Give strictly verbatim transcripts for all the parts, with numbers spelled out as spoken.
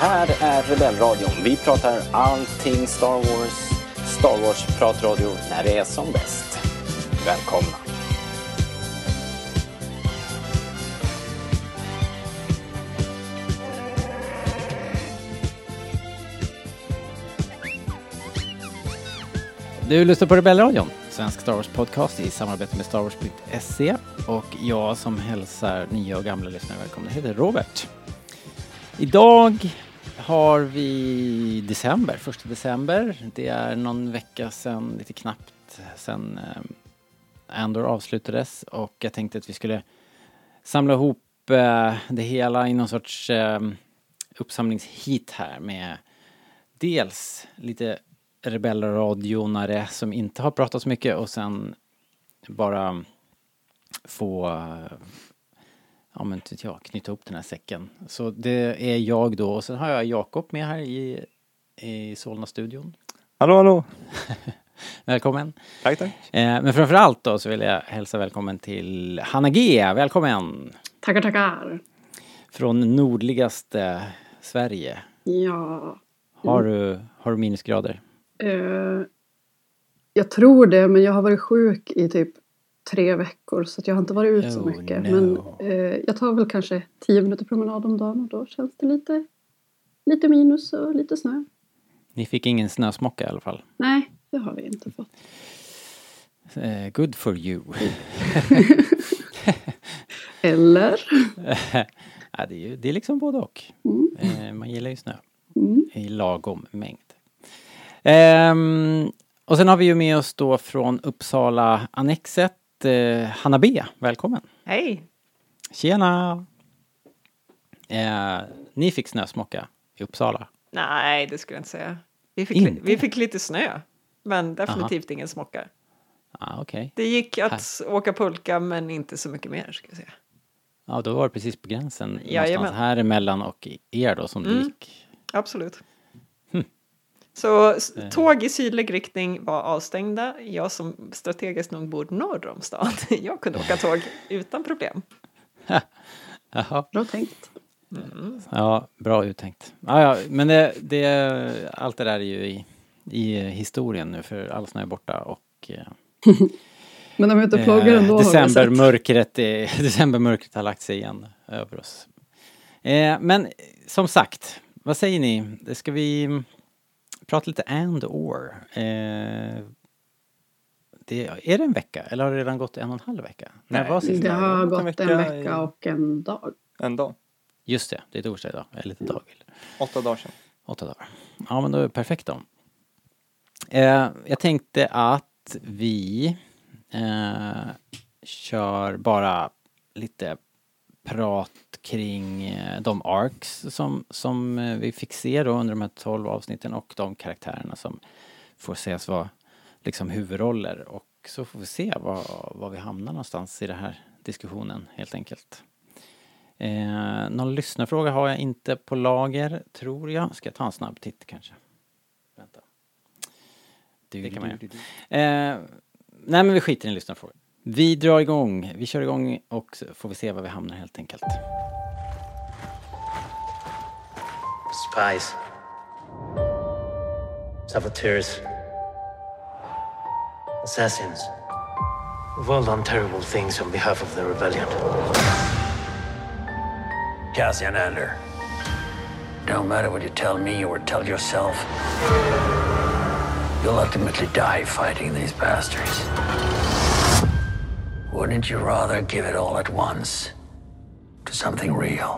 här är Rebellradion. Vi pratar allting Star Wars. Star Wars-pratradio när det är som bäst. Välkomna. Du lyssnar på Rebellradion, svensk Star Wars-podcast i samarbete med Star Wars punkt se. Och jag som hälsar nya och gamla lyssnare välkomna heter Robert. Idag har vi december, första december. Det är någon vecka sedan, lite knappt sedan eh, Andor avslutades. Och jag tänkte att vi skulle samla ihop eh, det hela i någon sorts eh, uppsamlingshit här med dels lite rebellradionare som inte har pratat så mycket och sen bara få ja men vet jag, knyta ihop den här säcken. Så det är jag då och sen har jag Jakob med här i, i Solna-studion. Hallå, hallå. Välkommen. Tack, tack. Eh, men framförallt då så vill jag hälsa välkommen till Hanna G. Välkommen. Tackar, tackar. Från nordligaste Sverige. Ja. Har du, har du minusgrader? Uh, jag tror det, men jag har varit sjuk i typ tre veckor så att jag har inte varit ut så Oh, mycket. no. Men uh, jag tar väl kanske tio minuter promenad om dagen och då känns det lite, lite minus och lite snö. Ni fick ingen snösmocka i alla fall? Nej, det har vi inte fått. Uh, good for you. Eller? Ja, det, är ju, det är liksom både och. Mm. Uh, man gillar ju snö. Mm. I lagom mängd. Um, och sen har vi ju med oss då från Uppsala Annexet uh, Hanna B. Välkommen. Hej. Tjena. Uh, ni fick snösmocka i Uppsala. Nej, det skulle jag inte säga. Vi fick, Inte? li- vi fick lite snö, men definitivt ingen smocka. Ah, okay. Det gick att här. åka pulka, men inte så mycket mer, ska jag säga. Ja, då var det precis på gränsen. Jajamän. Någonstans här emellan och er då som Mm. det gick. Absolut. Hm. Så s- tåg i sydlig riktning var avstängda. Jag som strategiskt nog bor norr om stan. Jag kunde åka tåg utan problem. Jaha. Bra tänkt. Mm. Ja, bra uttänkt. Ja, ja, men det, det, allt det där är ju i, i historien nu för all snö är borta och eh, Men de är inte plågar ändå. decembermörkret, är, decembermörkret har lagt sig igen över oss. Eh, men som sagt, vad säger ni? Det ska vi prata lite and or. Eh, det, är det en vecka eller har det redan gått en och en halv vecka? Nej, var sist? Det har gått en vecka, en vecka vecka och en dag. En dag. Just det, det är torsdag idag. Eller lite dag. Åtta dagar sedan. Åtta dagar. Ja, men då är det perfekt då. Eh, jag tänkte att vi eh, kör bara lite prat kring eh, de arcs som, som eh, vi fick se då under de här tolv avsnitten och de karaktärerna som får ses vara liksom huvudroller. Och så får vi se var, var vi hamnar någonstans i den här diskussionen helt enkelt. Eh, någon lyssnarfråga har jag inte på lager, tror jag. Ska jag ta en snabb titt kanske? Vänta. Det kan man göra. Eh, nej, men vi skiter i en lyssnarfråga. Vi drar igång. Vi kör igång och så får vi se var vi hamnar helt enkelt. Spies. Saboteurs. Assassins. We've all done terrible things on behalf of the rebellion. Cassian Andor. Don't matter what you tell me or tell yourself. You'll ultimately die fighting these bastards. Wouldn't you rather give it all at once to something real?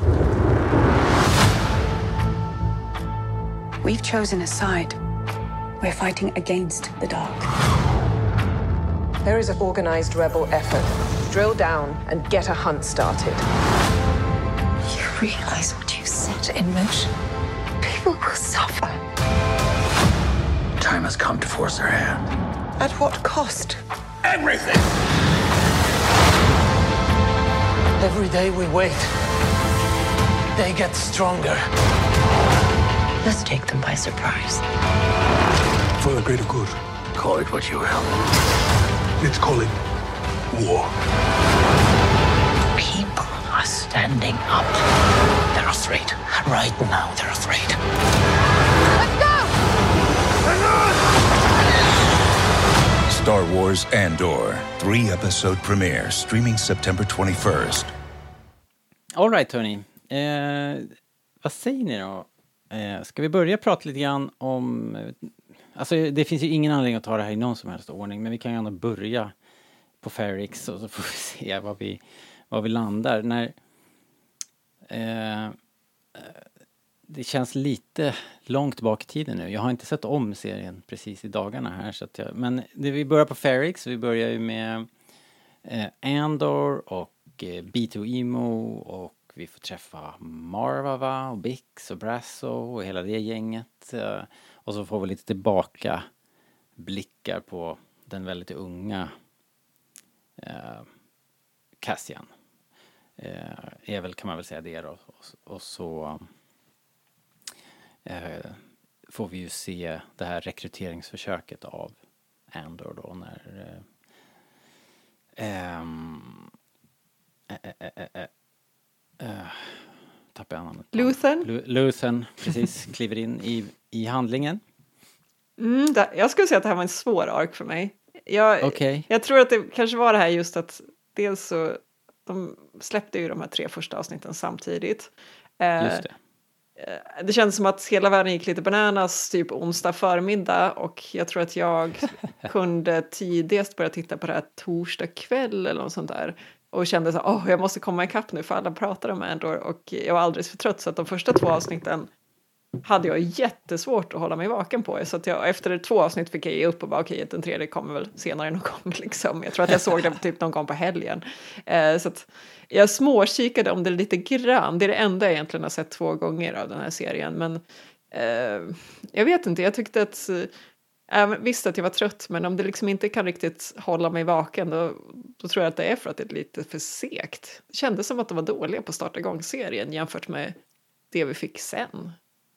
We've chosen a side. We're fighting against the dark. There is an organized rebel effort. Drill down and get a hunt started. You realize what you set in motion? People will suffer. Time has come to force their hand. At what cost? Everything! Every day we wait, they get stronger. Let's take them by surprise. For the greater good. Call it what you will. Let's call it war. People are standing up. They're afraid. Right now they're afraid. Star Wars Andor, three-episode premiere, streaming September twenty-first. All right, hörni. Eh, vad säger ni då? Eh, ska vi börja prata lite grann om... Alltså, det finns ju ingen anledning att ta det här i någon som helst ordning, men vi kan gärna börja på Ferrix och så får vi se vad vi, vad vi landar. När... Eh, det känns lite långt bak i tiden nu. Jag har inte sett om serien precis i dagarna här. Så att jag, men det, vi börjar på Ferrix. Vi börjar ju med eh, Andor och eh, B två Emo. Och vi får träffa Marva och Bix och Brasso och hela det gänget. Eh, och så får vi lite tillbaka blickar på den väldigt unga eh, Cassian. Eh, är väl, kan man väl säga det då. Och, och så... Eh, får vi ju se det här rekryteringsförsöket av Andor då när eh, ehm, eh, eh, eh, eh, eh, tappar jag namnet. Luthen. Lu- Luthen, precis, kliver in i, i handlingen. Mm, där, jag skulle säga att det här var en svår ark för mig. Jag, Okay. jag tror att det kanske var det här just att dels så de släppte ju de här tre första avsnitten samtidigt. Eh, Just det. Det känns som att hela världen gick lite bananas typ onsdag förmiddag och jag tror att jag kunde tidigast börja titta på det här torsdag kväll eller något sånt där och kände så åh, jag måste komma ikapp nu för alla pratar om Andor och jag var alldeles för trött så att de första två avsnitten hade jag jättesvårt att hålla mig vaken på. Så att jag, efter två avsnitt fick jag ge upp och bara okej, okay, den tredje kommer väl senare någon gång liksom. Jag tror att jag såg den typ någon gång på helgen. Eh, så att jag småkikade om det lite grann. Det är det enda jag egentligen har sett två gånger av den här serien. Men eh, jag vet inte, jag tyckte att äh, visst att jag var trött, men om det liksom inte kan riktigt hålla mig vaken då, då tror jag att det är för att det är lite för segt. Det kändes som att de var dåliga på att starta igång serien jämfört med det vi fick sen.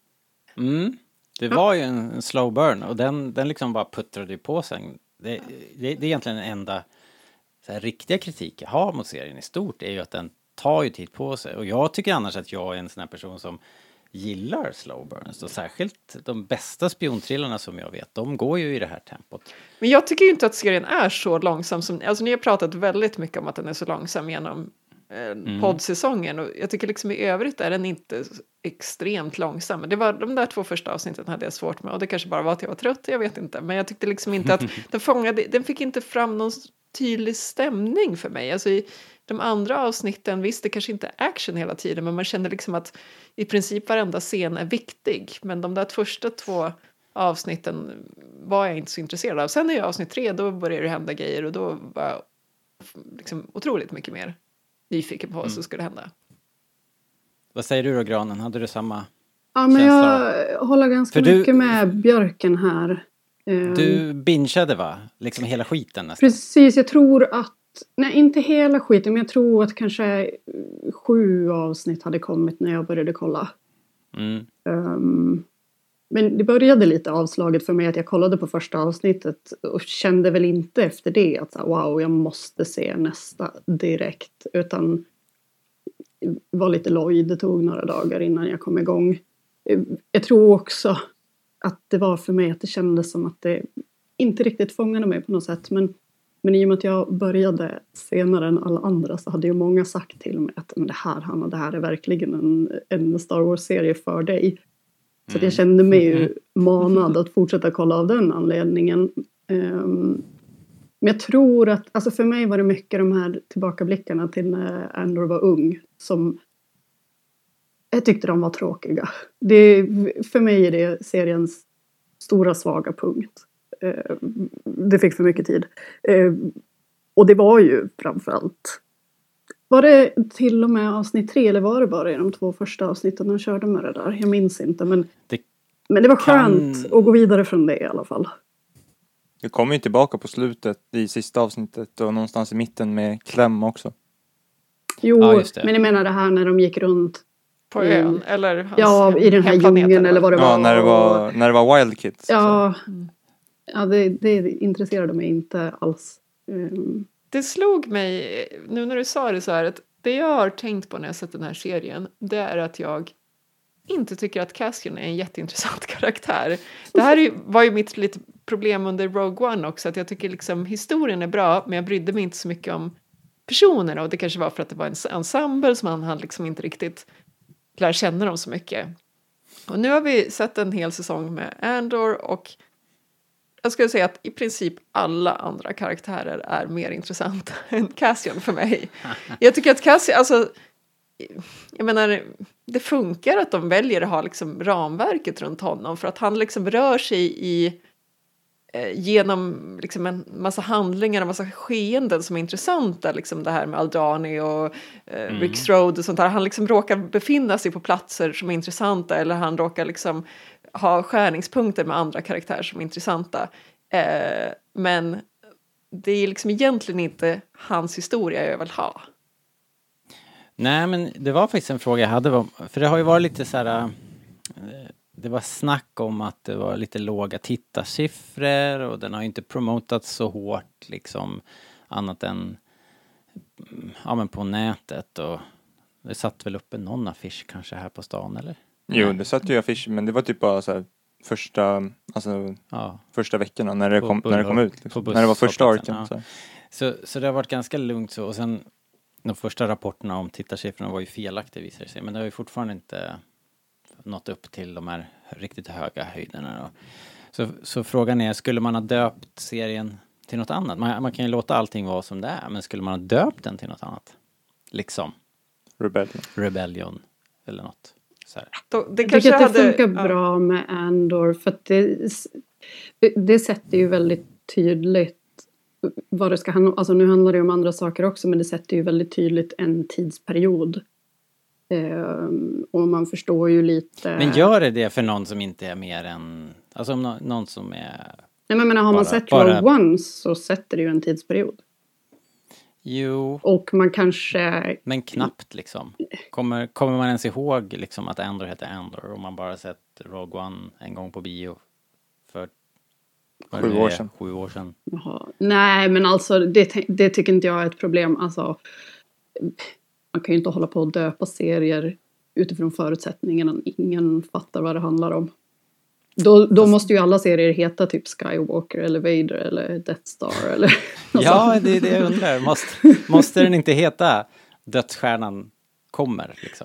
Mm. Det var ju en, en slow burn och den, den liksom bara puttrade på sig. Det, det, det är egentligen den enda så här, riktiga kritik jag har mot serien i stort är ju att den tar ju tid på sig. Och jag tycker annars att jag är en sån här person som gillar slow burns. Och särskilt de bästa spiontrillarna som jag vet, de går ju i det här tempot. Men jag tycker ju inte att serien är så långsam som, alltså ni har pratat väldigt mycket om att den är så långsam genom eh, mm. poddsäsongen och jag tycker liksom i övrigt är den inte extremt långsam. Det var de där två första avsnitten hade jag svårt med och det kanske bara var att jag var trött, jag vet inte. Men jag tyckte liksom inte att den fångade, den fick inte fram någon tydlig stämning för mig. Alltså i de andra avsnitten, visst det kanske inte är action hela tiden, men man känner liksom att i princip varenda scen är viktig. Men de där första två avsnitten var jag inte så intresserad av. Sen är jag avsnitt tre, då börjar det hända grejer och då var jag liksom otroligt mycket mer nyfiken på vad som skulle hända. Vad säger du då, Granen? Hade du samma Ja, men känsla? jag håller ganska För mycket du, med Björken här. Du bingeade va? Liksom hela skiten nästan. Precis, jag tror att nej, inte hela skiten, men jag tror att kanske sju avsnitt hade kommit när jag började kolla. Mm. Um, men det började lite avslaget för mig att jag kollade på första avsnittet och kände väl inte efter det att wow, jag måste se nästa direkt. Utan var lite loj, det tog några dagar innan jag kom igång. Jag tror också att det var för mig att det kändes som att det inte riktigt fångade mig på något sätt. Men, men i och med att jag började senare än alla andra så hade ju många sagt till mig att men det här, Hanna, det här är verkligen en, en Star Wars-serie för dig. Så att jag kände mig ju manad att fortsätta kolla av den anledningen. Um, men jag tror att, alltså för mig var det mycket de här tillbakablickarna till när Andor var ung som jag tyckte de var tråkiga. Det, för mig är det seriens stora svaga punkt. Uh, det fick för mycket tid. Uh, och det var ju framförallt, var det till och med avsnitt tre eller var det bara i de två första avsnitten de körde med det där? Jag minns inte, men det, men det var kan... skönt att gå vidare från det i alla fall. Det kommer ju tillbaka på slutet i sista avsnittet och någonstans i mitten med kläm också. Jo, ja, men jag menar det här när de gick runt på ön, mm. eller hans ja, i den här djungeln eller vad det var. Ja, när det var, när det var Wild Kids. Ja, mm. ja det, det intresserade mig inte alls. Mm. Det slog mig, nu när du sa det så här, att det jag har tänkt på när jag sett den här serien, det är att jag inte tycker att Cassian är en jätteintressant karaktär. Det här är ju, var ju mitt lite problem under Rogue One också, att jag tycker liksom historien är bra, men jag brydde mig inte så mycket om personerna, och det kanske var för att det var en ensemble som man hann liksom inte riktigt lär känna dem så mycket. Och nu har vi sett en hel säsong med Andor, och jag skulle säga att i princip alla andra karaktärer är mer intressanta än Cassian för mig. Jag tycker att Cassian, alltså, jag menar, det funkar att de väljer att ha liksom ramverket runt honom, för att han liksom rör sig i eh, genom liksom en massa handlingar, en massa skeenden som är intressanta, liksom det här med Aldhani och eh, mm. Rick Strode och sånt där. Han liksom råkar befinna sig på platser som är intressanta, eller han råkar liksom ha skärningspunkter med andra karaktärer som är intressanta. Eh, men det är liksom egentligen inte hans historia jag vill ha. Nej, men det var faktiskt en fråga jag hade. För det har ju varit lite så här... Det var snack om att det var lite låga tittarsiffror, och den har ju inte promotats så hårt liksom annat än ja, men på nätet, och det satt väl uppe någon affisch kanske här på stan, eller? Jo, det satt ju affisch, men det var typ bara så här första, alltså, ja. första veckorna när det kom, på, när det kom ut. Liksom. När det var första arken. Ja. Så. Så, så det har varit ganska lugnt så. Och sen de första rapporterna om tittarsiffrorna var ju felaktiga, visar det sig. Men det har ju fortfarande inte nått upp till de här riktigt höga höjderna. Då. Så, så frågan är, skulle man ha döpt serien till något annat? Man, man kan ju låta allting vara som det är, men skulle man ha döpt den till något annat? Liksom. Rebellion. Rebellion eller något. Då, det jag kanske tycker att det hade, funkar ja. bra med Andor, för att det, det sätter ju väldigt tydligt vad det ska handla om. Alltså nu handlar det om andra saker också, men det sätter ju väldigt tydligt en tidsperiod. Um, och man förstår ju lite... Men gör det det för någon som inte är mer än... Alltså om no- någon som är... Nej, men menar, har bara, man sett bara... Rogue One så sätter det ju en tidsperiod. Jo. Och man kanske... Men knappt liksom. Kommer, kommer man ens ihåg liksom att Andor heter Andor, om man bara sett Rogue One en gång på bio för sju år sedan. Sju år sedan. Jaha. Nej, men alltså det, det tycker inte jag är ett problem. Alltså, man kan ju inte hålla på och döpa serier utifrån förutsättningarna. Ingen fattar vad det handlar om. Då, då måste ju alla serier heta typ Skywalker eller Vader eller Death Star eller ja, det är det jag undrar. Måste, måste den inte heta Dödsstjärnan kommer liksom?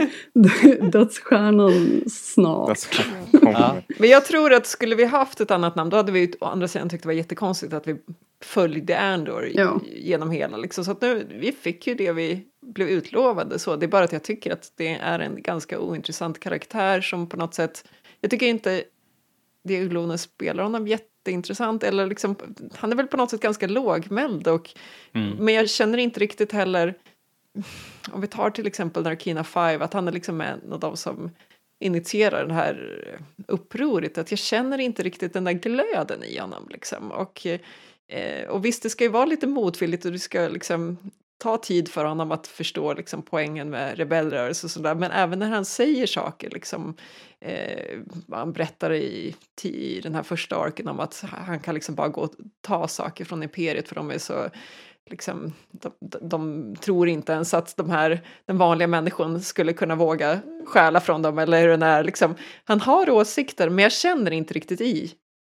Dödsstjärnan snart. Dödsstjärnan kommer. Ja. Men jag tror att skulle vi haft ett annat namn, då hade vi å andra sidan tyckt det var jättekonstigt att vi följde Andor ja. genom hela liksom. Så att nu, vi fick ju det vi blev utlovade, så det är bara att jag tycker att det är en ganska ointressant karaktär som på något sätt, jag tycker inte Diego Luna spelar honom jätteintressant, eller liksom, han är väl på något sätt ganska lågmäld, och, mm. men jag känner inte riktigt heller, om vi tar till exempel Narkina five, att han är liksom en av de som initierar det här upproret, att jag känner inte riktigt den där glöden i honom liksom. Och, eh, och visst, det ska ju vara lite motvilligt, och det ska liksom ta tid för honom att förstå liksom poängen med rebellrörelse och sådär, men även när han säger saker liksom, eh, han berättar i, i den här första arken om att han kan liksom bara gå och ta saker från imperiet, för de är så liksom, de, de, de tror inte ens att de här, den vanliga människan skulle kunna våga stjäla från dem, eller hur den är liksom, han har åsikter, men jag känner inte riktigt i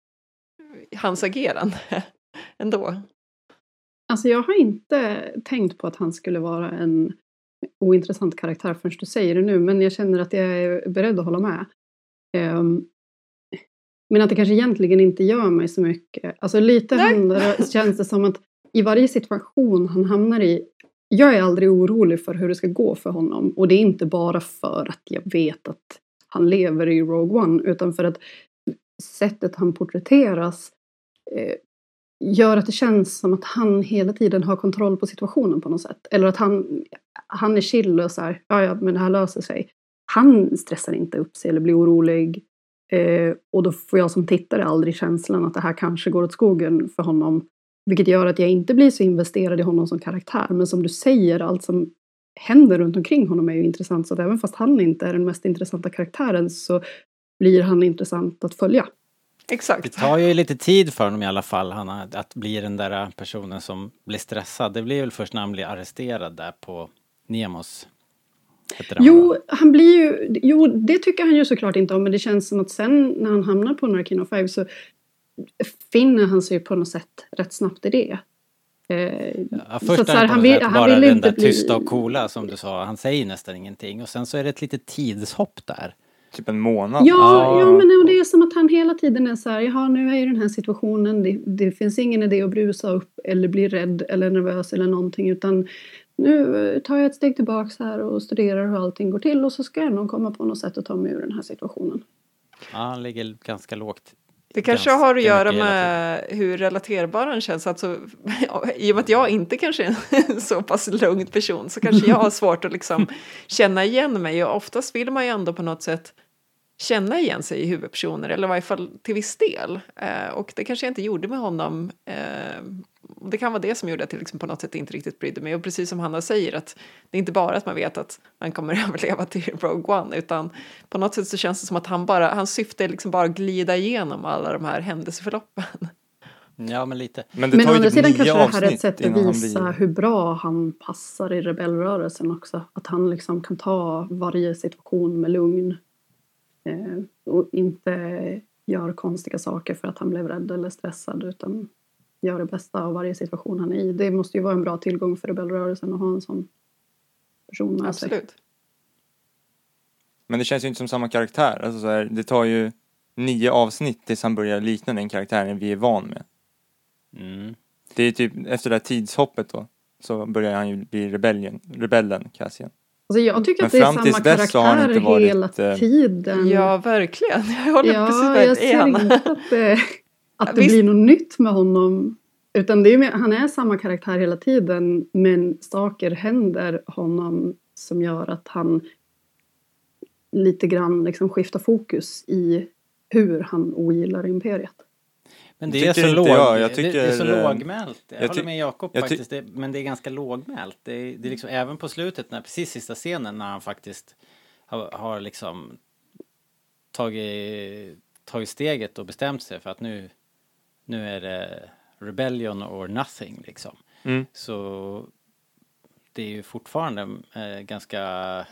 hans agerande ändå. Alltså jag har inte tänkt på att han skulle vara en ointressant karaktär förrän du säger det nu, men jag känner att jag är beredd att hålla med. Um, men att det kanske egentligen inte gör mig så mycket. Alltså lite händer, känns det som att i varje situation han hamnar i, jag är aldrig orolig för hur det ska gå för honom. Och det är inte bara för att jag vet att han lever i Rogue One, utan för att sättet han porträtteras eh, gör att det känns som att han hela tiden har kontroll på situationen på något sätt. Eller att han, han är chill och så här, ja, ja, men det här löser sig. Han stressar inte upp sig eller blir orolig. Eh, och då får jag som tittare aldrig känslan att det här kanske går åt skogen för honom. Vilket gör att jag inte blir så investerad i honom som karaktär. Men som du säger, allt som händer runt omkring honom är ju intressant. Så att även fast han inte är den mest intressanta karaktären, så blir han intressant att följa. Exakt. Det tar ju lite tid för honom i alla fall, han, att bli den där personen som blir stressad. Det blir väl först när han blir arresterad där på Nemos. Jo, han blir ju, jo, det tycker han ju såklart inte om, men det känns som att sen när han hamnar på Narkino five så finner han sig på något sätt rätt snabbt i det. Eh, ja, först så, så här, han vill, han bara vill den inte där bli... tysta och coola som du sa, han säger nästan ingenting och sen så är det ett litet tidshopp där. Typ en månad. Ja, ja. ja men och det är som att han hela tiden är så här, jaha nu är i den här situationen, det, det finns ingen idé att brusa upp eller bli rädd eller nervös eller någonting, utan nu tar jag ett steg tillbaka här och studerar hur allting går till och så ska jag nog komma på något sätt att ta mig ur den här situationen. Ja, han ligger ganska lågt. Det kanske har att göra med hur relaterbar han känns. Alltså, i och med att jag inte kanske är en så pass lugn person så kanske jag har svårt att liksom känna igen mig. Och oftast vill man ju ändå på något sätt känna igen sig i huvudpersoner. Eller i varje fall till viss del. Eh, och det kanske jag inte gjorde med honom. Eh, det kan vara det som gjorde att jag liksom på något sätt inte riktigt brydde mig. Och precis som Hanna säger, att det är inte bara att man vet att man kommer överleva till Rogue One, utan på något sätt så känns det som att han bara, hans syfte är liksom bara att glida igenom alla de här händelseförloppen. Ja, men lite. Men, men å andra sidan kanske det här är ett sätt att visa blir... hur bra han passar i rebellrörelsen också. Att han liksom kan ta varje situation med lugn. Eh, och inte gör konstiga saker för att han blev rädd eller stressad, utan gör det bästa av varje situation han är i. Det måste ju vara en bra tillgång för rebellrörelsen att ha en sån person med sig. Absolut. Men det känns ju inte som samma karaktär. Alltså så här, det tar ju nio avsnitt tills han börjar likna den karaktären vi är van med. Mm. Det är typ efter det här tidshoppet då, så börjar han ju bli rebellen, rebellen Cassian. Alltså jag tycker att det är samma karaktär varit, hela tiden. Ja, verkligen. Jag håller ja, precis med jag ser inte att det, att det blir något nytt med honom. Utan det är med, han är samma karaktär hela tiden, men saker händer honom som gör att han lite grann liksom skiftar fokus i hur han ogillar imperiet. Men det är så, låg, jag. Jag tycker, det, det är så lågmält. Jag, jag håller med Jakob faktiskt. Det, men det är ganska lågmält. Det är, det är liksom även på slutet, när precis sista scenen när han faktiskt har, har liksom tagit, tagit steget och bestämt sig för att nu, nu är det rebellion or nothing liksom. Mm. Så det är ju fortfarande eh, ganska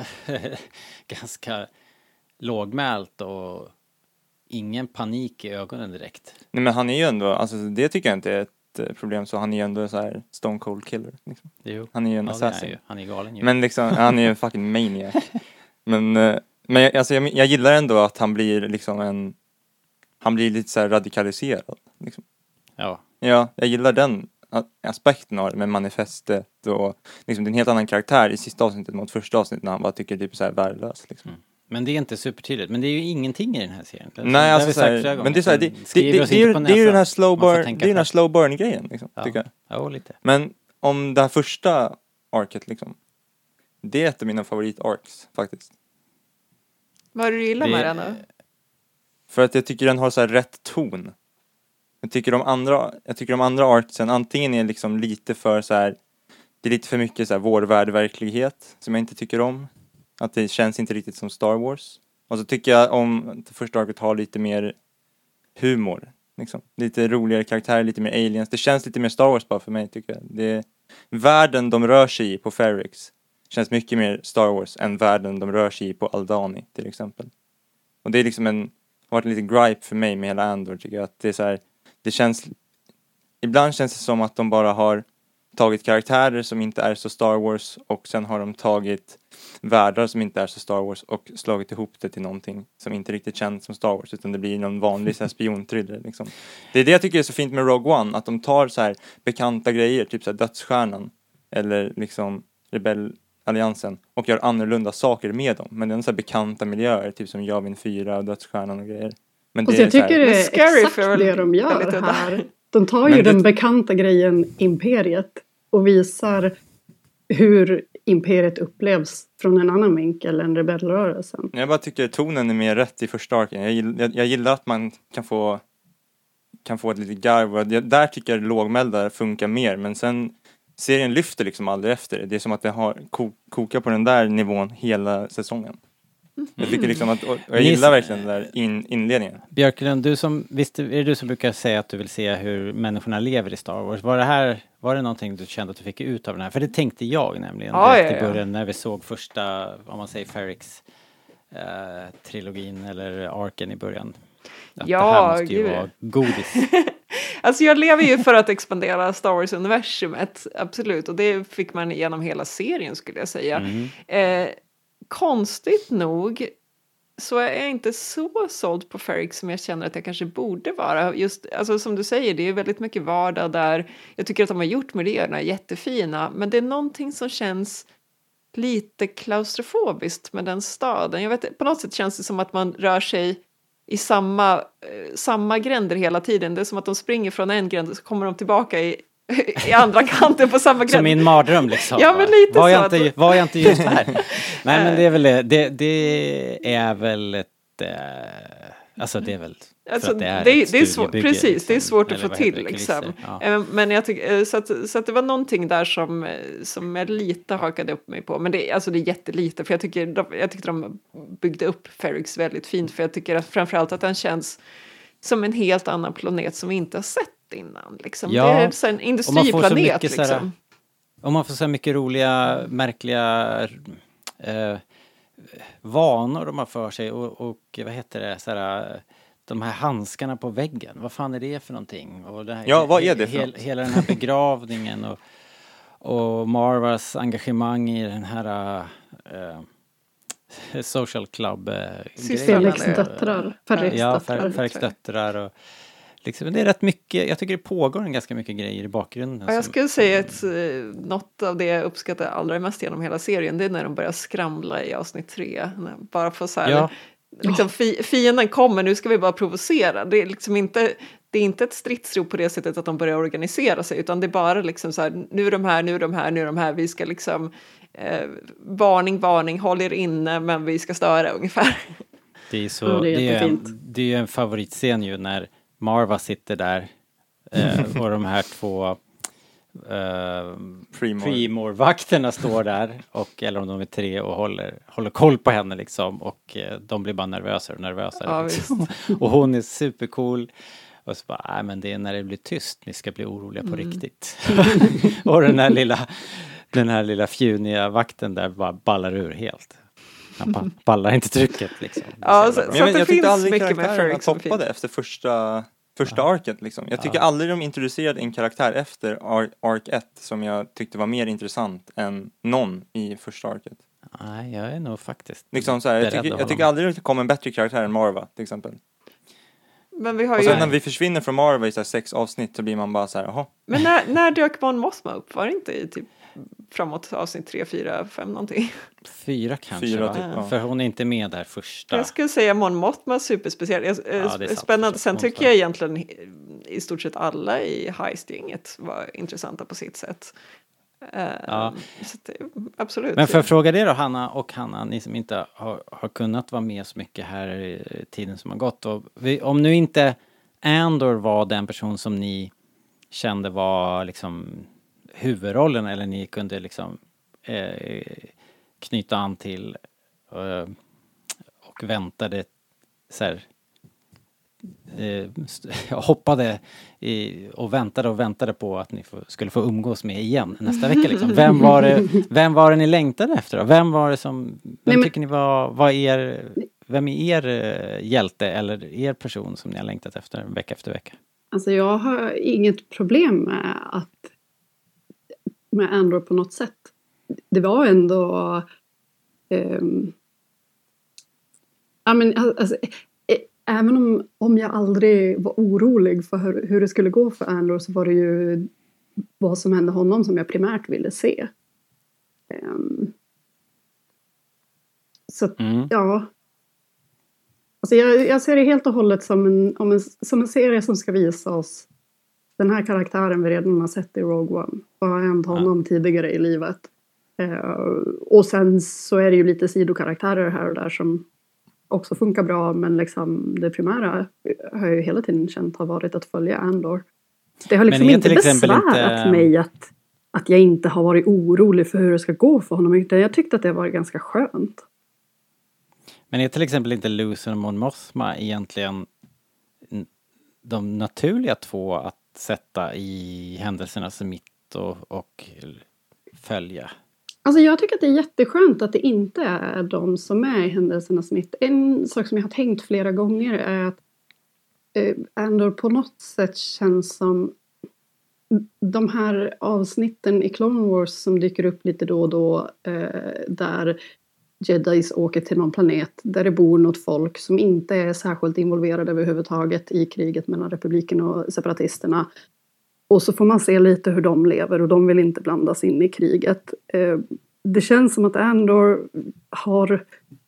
ganska lågmält och ingen panik i ögonen direkt. Nej, men han är ju ändå, alltså det tycker jag inte är ett problem, så han är ju ändå så här Stone Cold Killer liksom. Jo. Han är ju en ja, assassin. Är ju. Han är galen ju. Men liksom, han är ju en fucking maniac. men men jag, alltså, jag, jag gillar ändå att han blir liksom en, han blir lite så här radikaliserad liksom. Ja. Ja, jag gillar den aspekten av det med manifestet och liksom det är en helt annan karaktär i sista avsnittet mot första avsnittet när han bara tycker typ så här värdelös liksom. Mm. Men det är inte supertydligt. Men det är ju ingenting i den här serien. Alltså, Nej, alltså såhär, men det är såhär, det, det, det, det, det, är, det är ju den här slow burn, det är den här slow burn grejen liksom, ja. tycker jag. Ja, lite. Men om det här första arket liksom, det är ett av mina favorit-arcs faktiskt. Vad är det du gillar med den då? För att jag tycker den har så här rätt ton. Jag tycker de andra, jag tycker de andra artsen antingen är liksom lite för så här, det är lite för mycket så här vår världverklighet som jag inte tycker om. Att det känns inte riktigt som Star Wars. Och så tycker jag om att första arket har lite mer humor. Liksom. Lite roligare karaktärer, lite mer aliens. Det känns lite mer Star Wars bara för mig, tycker jag. Det, världen de rör sig i på Ferrix känns mycket mer Star Wars än världen de rör sig i på Aldhani till exempel. Och det är liksom en, har varit en liten gripe för mig med hela Andor, tycker jag. Att det är så här, det känns, ibland känns det som att de bara har tagit karaktärer som inte är så Star Wars och sen har de tagit världar som inte är så Star Wars och slagit ihop det till någonting som inte riktigt känns som Star Wars, utan det blir någon vanlig så här spionthriller liksom. Det är det jag tycker är så fint med Rogue One, att de tar så här bekanta grejer, typ så här Dödsstjärnan eller liksom Rebellalliansen, och gör annorlunda saker med dem, men det är så här bekanta miljöer, typ som Yavin fyra och Dödsstjärnan och grejer. Men det är jag tycker så här, det är scary exakt det de gör här. De tar ju det, den bekanta grejen imperiet och visar hur imperiet upplevs från en annan vinkel än rebellrörelsen. Jag bara tycker tonen är mer rätt i första arken. Jag, jag, jag gillar att man kan få kan få ett litet garv. Jag, där tycker jag lågmälda funkar mer, men sen serien lyfter liksom aldrig efter det. Det är som att det har ko, kokar på den där nivån hela säsongen. Jag tycker liksom att, och jag gillar verkligen den där in, inledningen. Björklund, du som, visst är det du som brukar säga att du vill se hur människorna lever i Star Wars? Var det här, var det någonting du kände att du fick ut av den här? För det tänkte jag nämligen ja, direkt ja, ja. i början när vi såg första, om man säger Ferrix eh, trilogin eller arken i början. Att ja, det här måste ju gud. vara godis. Alltså jag lever ju för att expandera Star Wars-universumet, absolut. Och det fick man genom hela serien skulle jag säga. Mm. Eh, konstigt nog så är jag inte så såld på Ferrix som jag känner att jag kanske borde vara. Just, alltså som du säger, det är väldigt mycket vardag där. Jag tycker att de har gjort miljöerna jättefina. Men det är någonting som känns lite klaustrofobiskt med den staden. Jag vet, på något sätt känns det som att man rör sig i samma, eh, samma gränder hela tiden. Det är som att de springer från en gränd och så kommer de tillbaka i, i andra kanten på samma gränd. Som i en mardröm liksom. Ja, men lite var så. Jag inte, var jag inte just här? Nej, men det är väl, det, det är väl ett, eh, alltså det är väl Alltså, för att det är det, ett det är svårt, studiebygge, precis, liksom. det är svårt att Eller få vad till heter det, liksom. kulisser. Ja. Eh, Men jag tycker, så att, så att det var någonting där som, som jag lite hakade upp mig på. Men det, alltså det är jättelite, för jag tycker, de, jag tycker de byggde upp Ferrix väldigt fint. För jag tycker att framförallt att den känns som en helt annan planet som vi inte har sett innan. Liksom. Ja, det är så en industriplanet. Mycket, liksom. såhär, och man får så mycket roliga, märkliga eh, vanor de har för sig. Och, och vad heter det? Såhär, de här handskarna på väggen. Vad fan är det för någonting? Och det här, Ja, vad är det för he, något? Hela den här begravningen och, och Marvas engagemang i den här uh, social club uh, Felix döttrar. Ferrix ja, döttrar. Ferrix döttrar och liksom, det är rätt mycket, jag tycker det pågår en ganska mycket grejer i bakgrunden. Ja, jag som, skulle säga att uh, något av det jag uppskattar allra mest genom hela serien, det är när de börjar skramla i avsnitt tre. När, bara för så här, ja. liksom, fi, fienden kommer, nu ska vi bara provocera. Det är liksom inte, det är inte ett stridsrop på det sättet att de börjar organisera sig, utan det är bara liksom så här, nu är de här, nu är de här, nu är de här, vi ska liksom eh, varning, varning, håll er inne, men vi ska störa ungefär. Det är så, ja, det är det är, jättefint. det är ju en favoritscen ju när Marva sitter där eh, och de här två Uh, Primor-vakterna står där och, eller om de är tre och håller, håller koll på henne liksom, och uh, de blir bara nervösare och nervösare ja, liksom. Och hon är supercool och så bara, nej men det är när det blir tyst ni ska bli oroliga på mm. riktigt. Och den här lilla den här lilla fjuniga vakten där bara ballar ur helt. Han ballar inte trycket liksom. Ja, så, så men jag, att det jag finns aldrig mycket med karaktärerna Ferrix som toppade fint. efter första Första ja. arket liksom. Jag tycker ja. aldrig de introducerade en karaktär efter ar- ark ett som jag tyckte var mer intressant än någon i första arket. Nej, jag är nog faktiskt liksom så här, jag, tycker, jag tycker aldrig det kom en bättre karaktär än Marva till exempel. Men vi har och ju... sen när vi försvinner från Marva i så här sex avsnitt så blir man bara så här, jaha. Men när, när dök Mon Mothma upp? Var det inte i typ framåt avsnitt tre, fyra, fem någonting? Fyra kanske, Fyra, va? typ, ja. För hon är inte med där första. Jag skulle säga Mon Mothma superspeciell. Jag, Ja, det är sant, spännande. Sen förstås. tycker jag egentligen i stort sett alla i Heist-gänget var intressanta på sitt sätt. Ja. Så det, absolut. Men för att fråga det då, Hanna och Hanna, ni som inte har, har kunnat vara med så mycket här i tiden som har gått. Och vi, om nu inte Andor var den person som ni kände var liksom huvudrollen, eller ni kunde liksom eh, knyta an till eh, och väntade så här, eh, jag hoppade i, och väntade och väntade på att ni få, skulle få umgås med igen nästa vecka liksom. Vem var det, vem var det ni längtade efter då? Vem var det som, vem Nej, men, tycker ni var, var er, vem är er eh, hjälte eller er person som ni har längtat efter vecka efter vecka? Alltså jag har inget problem med att med Andor på något sätt. Det var ändå um, ja, men, alltså, även om, om jag aldrig var orolig för hur, hur det skulle gå för Andor, så var det ju vad som hände honom som jag primärt ville se. Um, så Mm. ja. Alltså jag, jag ser det helt och hållet som en, om en, som en serie som ska visa oss den här karaktären vi redan har sett i Rogue One. Vad har hänt honom ja. tidigare i livet. Uh, och sen så är det ju lite sidokaraktärer här och där som också funkar bra. Men liksom det primära har jag ju hela tiden känt har varit att följa Andor. Det har liksom inte besvärat inte... mig att, att jag inte har varit orolig för hur det ska gå för honom. Utan jag tyckte att det var ganska skönt. Men är till exempel inte Luthen och Mon Mothma egentligen de naturliga två att sätta i händelsernas mitt och, och följa? Alltså jag tycker att det är jätteskönt att det inte är de som är i händelsernas mitt. En sak som jag har tänkt flera gånger är att eh, Andor på något sätt känns som de här avsnitten i Clone Wars som dyker upp lite då och då eh, där Jedis åker till någon planet där det bor något folk som inte är särskilt involverade överhuvudtaget i kriget mellan republiken och separatisterna. Och så får man se lite hur de lever och de vill inte blandas in i kriget. Eh, det känns som att Andor har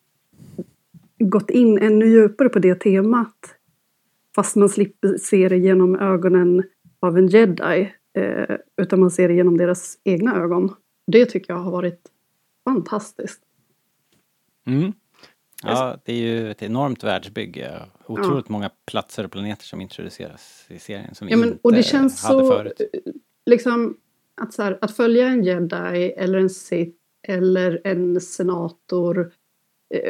gått in ännu djupare på det temat. Fast man slipper se det genom ögonen av en jedi. Eh, utan man ser det genom deras egna ögon. Det tycker jag har varit fantastiskt. Mm. Ja, det är ju ett enormt världsbygge. Otroligt ja. många platser och planeter som introduceras i serien som vi ja, men, inte och det känns hade så, förut. Liksom, att, så här, att följa en jedi eller en sith eller en senator eh,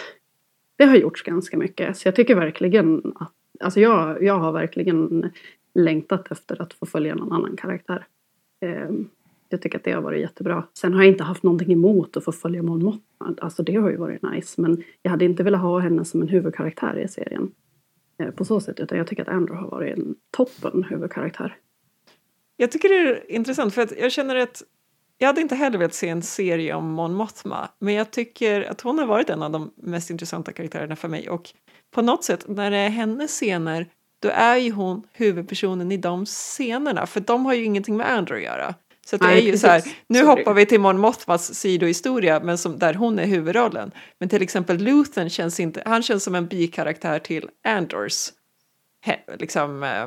det har gjorts ganska mycket. Så jag tycker verkligen att alltså jag, jag har verkligen längtat efter att få följa någon annan karaktär. Eh, Jag tycker att det har varit jättebra. Sen har jag inte haft någonting emot att få följa Mon Mothma. Alltså det har ju varit nice. Men jag hade inte velat ha henne som en huvudkaraktär i serien. Eh, på så sätt. Utan jag tycker att Andor har varit en toppen huvudkaraktär. Jag tycker det är intressant. För att jag känner att jag hade inte heller velat se en serie om Mon Mothma. Men jag tycker att hon har varit en av de mest intressanta karaktärerna för mig. Och på något sätt när det är hennes scener. Då är ju hon huvudpersonen i de scenerna. För de har ju ingenting med Andor att göra. Så att det Nej, är ju så här, nu Sorry. hoppar vi till Mon Mothmas sidohistoria, men som, där hon är huvudrollen. Men till exempel Luthen känns inte, han känns som en bikaraktär till Andors, he, liksom, eh,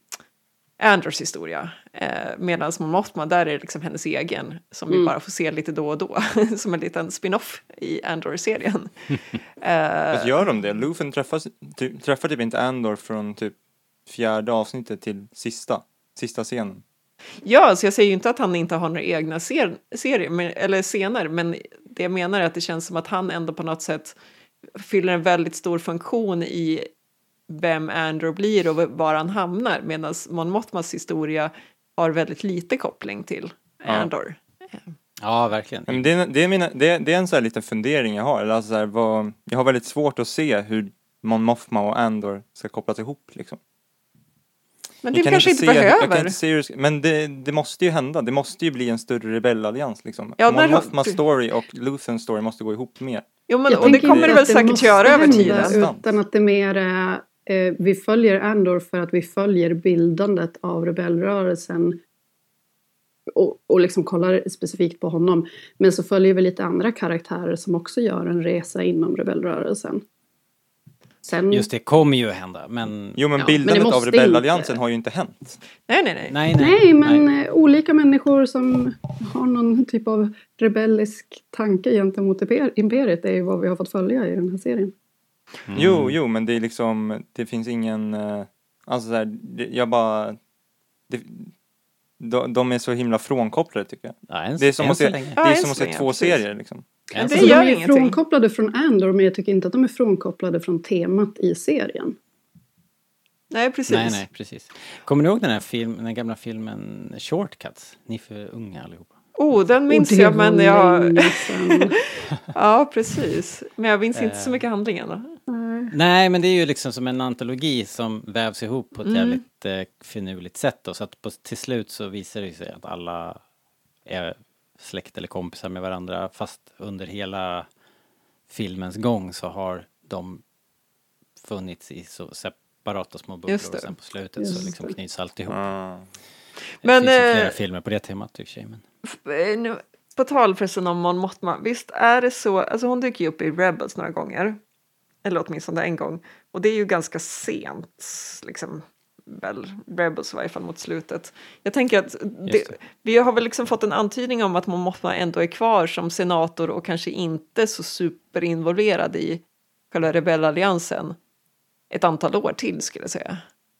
Andors historia. Eh, Medan Mon Mothma, där är det liksom hennes egen, som mm. vi bara får se lite då och då, som en liten spin-off i Andor-serien. eh, Vad gör de det? Luthen träffar, ty, träffar typ inte Andor från typ fjärde avsnittet till sista, sista scenen. Ja, så jag säger ju inte att han inte har några egna ser- serier, men, eller scener, men det jag menar är att det känns som att han ändå på något sätt fyller en väldigt stor funktion i vem Andor blir och var han hamnar, medan Mon Mothmas historia har väldigt lite koppling till Andor. Ja, ja verkligen. Men det, är, det, är mina, det, det är en sån här liten fundering jag har. Alltså så här, vad, jag har väldigt svårt att se hur Mon Mothma och Andor ska kopplas ihop liksom. Men det kanske inte, inte behöver. Jag kan inte se hur, men det, det måste ju hända. Det måste ju bli en större rebellallians liksom. Ja, Mon Mothmas story och Luthens story måste gå ihop mer. Jo, men, och det kommer det väl säkert göra över tiden. Utan att det mer är, eh, vi följer Andor för att vi följer bildandet av rebellrörelsen. Och, och liksom kollar specifikt på honom. Men så följer vi lite andra karaktärer som också gör en resa inom rebellrörelsen. Sen... Just det kommer ju att hända, men... Jo, men ja, bildandet men av rebellalliansen inte... har ju inte hänt. Nej, nej, nej. Nej, nej, nej men nej. olika människor som har någon typ av rebellisk tanke gentemot imperiet är ju vad vi har fått följa i den här serien. Mm. Jo, jo, men det är liksom, det finns ingen, alltså så här, jag bara, det, de, de är så himla frånkopplade tycker jag. Ja, ens, det är som att se, det ja, är som att se två precis. serier liksom. Alltså, de är ingenting. Frånkopplade från Andor, men jag tycker inte att de är frånkopplade från temat i serien. Nej, precis. Nej, nej, precis. Kommer ni ihåg den här film, den gamla filmen Shortcuts? Ni är för unga allihopa. Oh, den minns oh, jag, men jag... ja, precis. Men jag minns inte så mycket handlingen då. Nej, men det är ju liksom som en antologi som vävs ihop på ett mm. jävligt eh, finurligt sätt då, så att på, till slut så visar det sig att alla är släkt eller kompisar med varandra, fast under hela filmens gång så har de funnits i så separata små bubblor och sen på slutet Just så liksom knyts allt ihop. Mm. Det men, finns ju flera eh, filmer på det temat tycker jag. Men... Nu, på tal förresten om Mon Mothma, visst är det så, alltså hon dyker ju upp i Rebels några gånger, eller åtminstone en gång, och det är ju ganska sent liksom. Väl, Rebels i varje fall mot slutet. Jag tänker att det, vi har väl liksom fått en antydning om att Mon Mothma ändå är kvar som senator och kanske inte så superinvolverad i själva rebellalliansen ett antal år till skulle jag säga.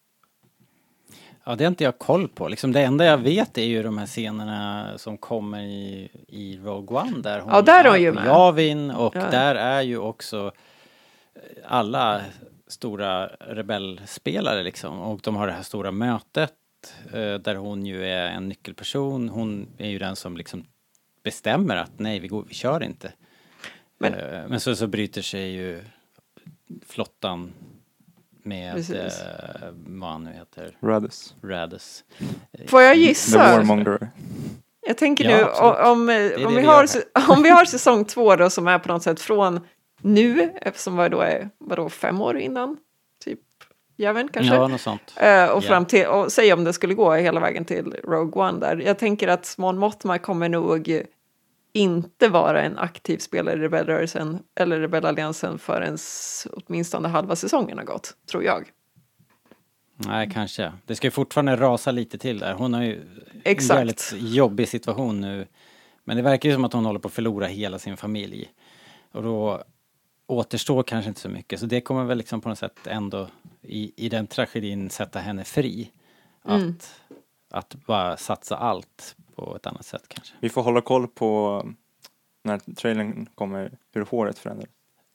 Ja, det har inte jag koll på. Liksom det enda jag vet är ju de här scenerna som kommer i, i Rogue One där hon ja, där är ju på med. Yavin och ja. där är ju också alla stora rebellspelare liksom. Och de har det här stora mötet eh, där hon ju är en nyckelperson. Hon är ju den som liksom bestämmer att nej, vi, går, vi kör inte. Men, eh, men så, så bryter sig ju flottan med eh, vad han nu heter. Radus. Radus. Får jag gissa? The Warmonger. Jag tänker Ja, nu, absolut. om, om, det om, vi vi har, gör om vi har säsong två då som är på något sätt från nu, eftersom vad då är vadå, fem år innan, typ, jäveln kanske? Ja, något sånt. Uh, och Ja. fram till, och säg om det skulle gå hela vägen till Rogue One där. Jag tänker att Mon Mothma kommer nog inte vara en aktiv spelare i rebellrörelsen eller rebellalliansen förrän åtminstone halva säsongen har gått, tror jag. Nej, kanske. Det ska ju fortfarande rasa lite till där. Hon har ju Exakt. en väldigt jobbig situation nu. Men det verkar ju som att hon håller på att förlora hela sin familj. Och då återstår kanske inte så mycket. Så det kommer väl liksom på något sätt ändå i, i den tragedin sätta henne fri. Att, Mm. att bara satsa allt på ett annat sätt kanske. Vi får hålla koll på när trailern kommer, hur håret förändras.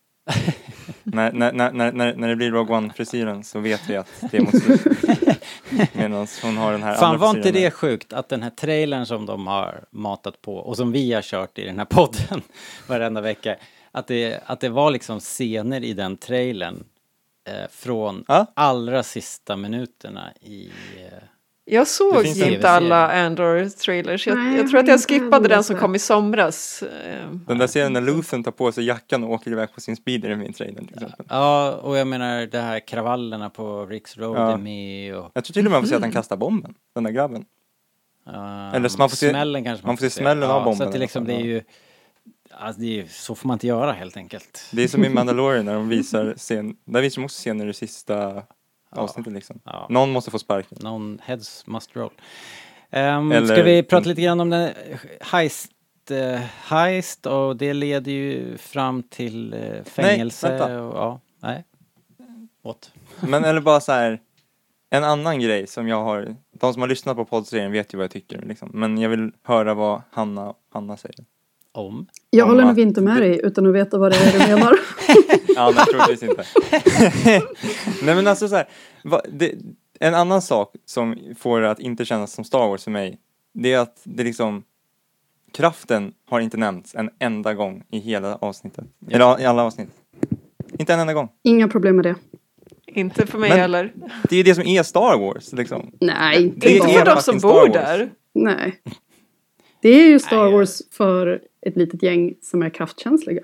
när, när, när, när, när det blir Rogue One-frisyren så vet vi att det är mot slutet. Medan hon har den här Fan, andra var inte frisyren. det sjukt att den här trailern som de har matat på och som vi har kört i den här podden varenda vecka, att det, att det var liksom scener i den trailern eh, från Ja? allra sista minuterna i... Eh, Jag Det såg finns ju en- inte alla Andor-trailers. Jag, Nej, jag tror att jag inte skippade heller den som så. kom i somras. Eh, Den där scenen när Luthen tar på sig jackan och åker iväg på sin speeder i min trailern till exempel. ja, och jag menar det här kravallerna på Ricks Road Ja. är med och... Jag tror till och med man får se att han kastar bomben, den där grabben. Uh, Eller så man får se- smällen kanske man får se smällen av bomben Så att det i alla liksom, det fall, är ju... Alltså, det är ju, så får man inte göra helt enkelt. Det är som i Mandalorian när de visar scen, där visar de också scener i sista avsnittet liksom. Ja. Någon måste få sparken. Någon heads must roll. Um, Eller- Ska vi prata lite grann om den heist, uh, heist och det leder ju fram till uh, fängelse. vänta. och, ja, nej. What? Men eller bara så här, en annan grej som jag har, de som har lyssnat på poddserien vet ju vad jag tycker liksom. Men jag vill höra vad Hanna, Hanna säger. Om? Jag Om håller att nog inte med det- dig utan att veta vad det är du menar. Ja, nej, troligtvis inte. Nej, men alltså så här, va, det, en annan sak som får det att inte kännas som Star Wars för mig, det är att det liksom, kraften har inte nämnts en enda gång i hela avsnittet. Eller i alla avsnitt. Inte en enda gång. Inga problem med det. inte för mig Men- heller. Det är ju det som är Star Wars liksom. Nej, inte Det Inte är för bara. de som fucking Star bor Wars. där. Nej. Det är ju Star Nej, Wars för ett litet gäng som är kraftkänsliga.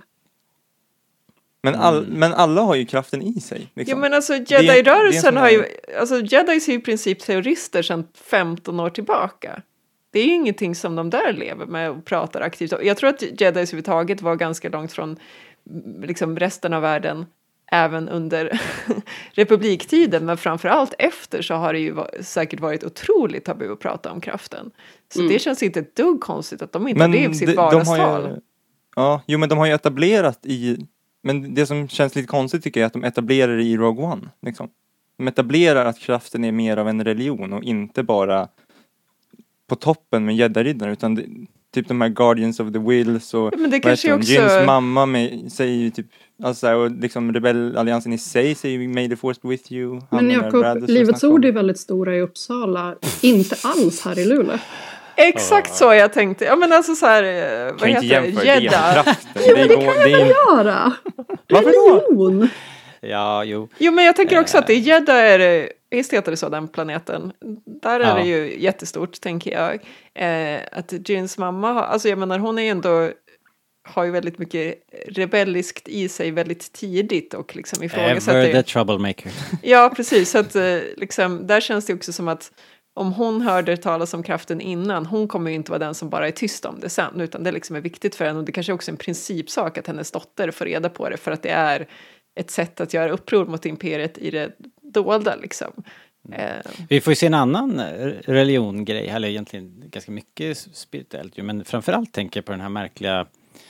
Men, all, men alla har ju kraften i sig. Liksom. Ja, men alltså det är en Jedi-rörelsen sån har ju, här- alltså Jedis är ju i princip terrorister sedan femton år tillbaka. Det är ju ingenting som de där lever med och pratar aktivt om. Jag tror att Jedis överhuvudtaget var ganska långt från mm, liksom resten av världen även under republiktiden, men framförallt efter så har det ju va- säkert varit otroligt tabu att prata om kraften. Så Mm. det känns inte ett dugg konstigt att de inte har det i sitt de- de har vardagstal. ju, ja, jo men de har ju etablerat i, men det som känns lite konstigt tycker jag är att de etablerar det i Rogue One. Liksom. De etablerar att kraften är mer av en religion och inte bara på toppen med Jedi-riddarna, utan det, typ de här Guardians of the Wills och Ja, men det vad kanske heter hon? också- Jins mamma med, säger ju typ, alltså så här, och liksom rebellalliansen i sig säger ju May the Force be with you. Han Men och den där Jakob, Bradley som Livets snackar om- Ord är väldigt stora i Uppsala. Inte alls här i Luleå. Exakt så jag tänkte. Ja men alltså så här, eh, vad Kan inte heter det? jämföra det med Jedda. kraften. Det, är, gå- det är, Göra! varför då? Religion! Ja, jo. Jo men jag tänker också att det är Jedda är det, visst heter det så den planeten. Där är Ja. det ju jättestort tänker jag. Eh, att Jins mamma har, alltså jag menar hon är ju ändå har ju väldigt mycket rebelliskt i sig väldigt tidigt och liksom ifrågasätter Ever ju- the troublemaker. Ja, precis. Så att, eh, liksom, där känns det också som att om hon hörde talas om kraften innan, hon kommer ju inte vara den som bara är tyst om det sen, utan det liksom är viktigt för henne. Och det kanske också är en principsak att hennes dotter får reda på det, för att det är ett sätt att göra uppror mot imperiet i det dolda. Liksom. Eh, Vi får ju se en annan religiongrej, eller egentligen ganska mycket spirituellt ju, men framförallt tänker jag på den här märkliga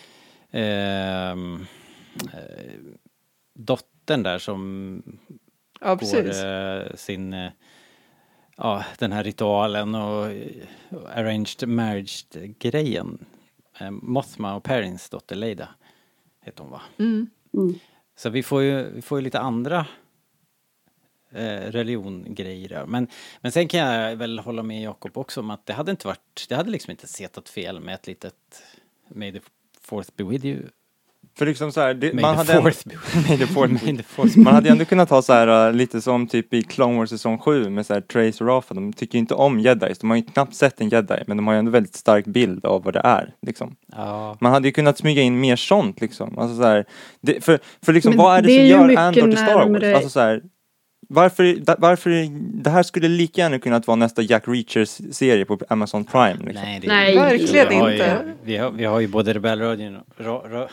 ehm, eh, dottern där som ja, går precis. eh, sin, eh, ja, den här ritualen och, och arranged marriage-grejen. Eh, Mothma och Perrins dotter Leida heter hon va? Mm. Mm. Så vi får ju, vi får ju lite andra eh, religiongrejer. Men, men sen kan jag väl hålla med Jakob också om att det hade inte varit, det hade liksom inte setat fel med ett litet May the fourth be with you. För liksom så här, det, May man the hade ändå, May the fourth May the fourth. Man hade ändå kunnat ha så här uh, lite som typ i Clone Wars säsong sju med så här Trace och Rafa. De tycker inte om jedis. De har ju knappt sett en jedi, men de har ju ändå väldigt stark bild av vad det är liksom. Ja. Man hade ju kunnat smyga in mer sånt liksom. Alltså så här, det, för för liksom Men vad är det, det som är ju gör mycket Andor till Star Wars? närmare- Alltså så här, varför, da, varför det här skulle lika gärna kunnat vara nästa Jack Reachers serie på Amazon Prime liksom. Nej, det, Nej, verkligen vi har ju, inte. Vi har, vi har ju både Rebellradion och... Ra, ra,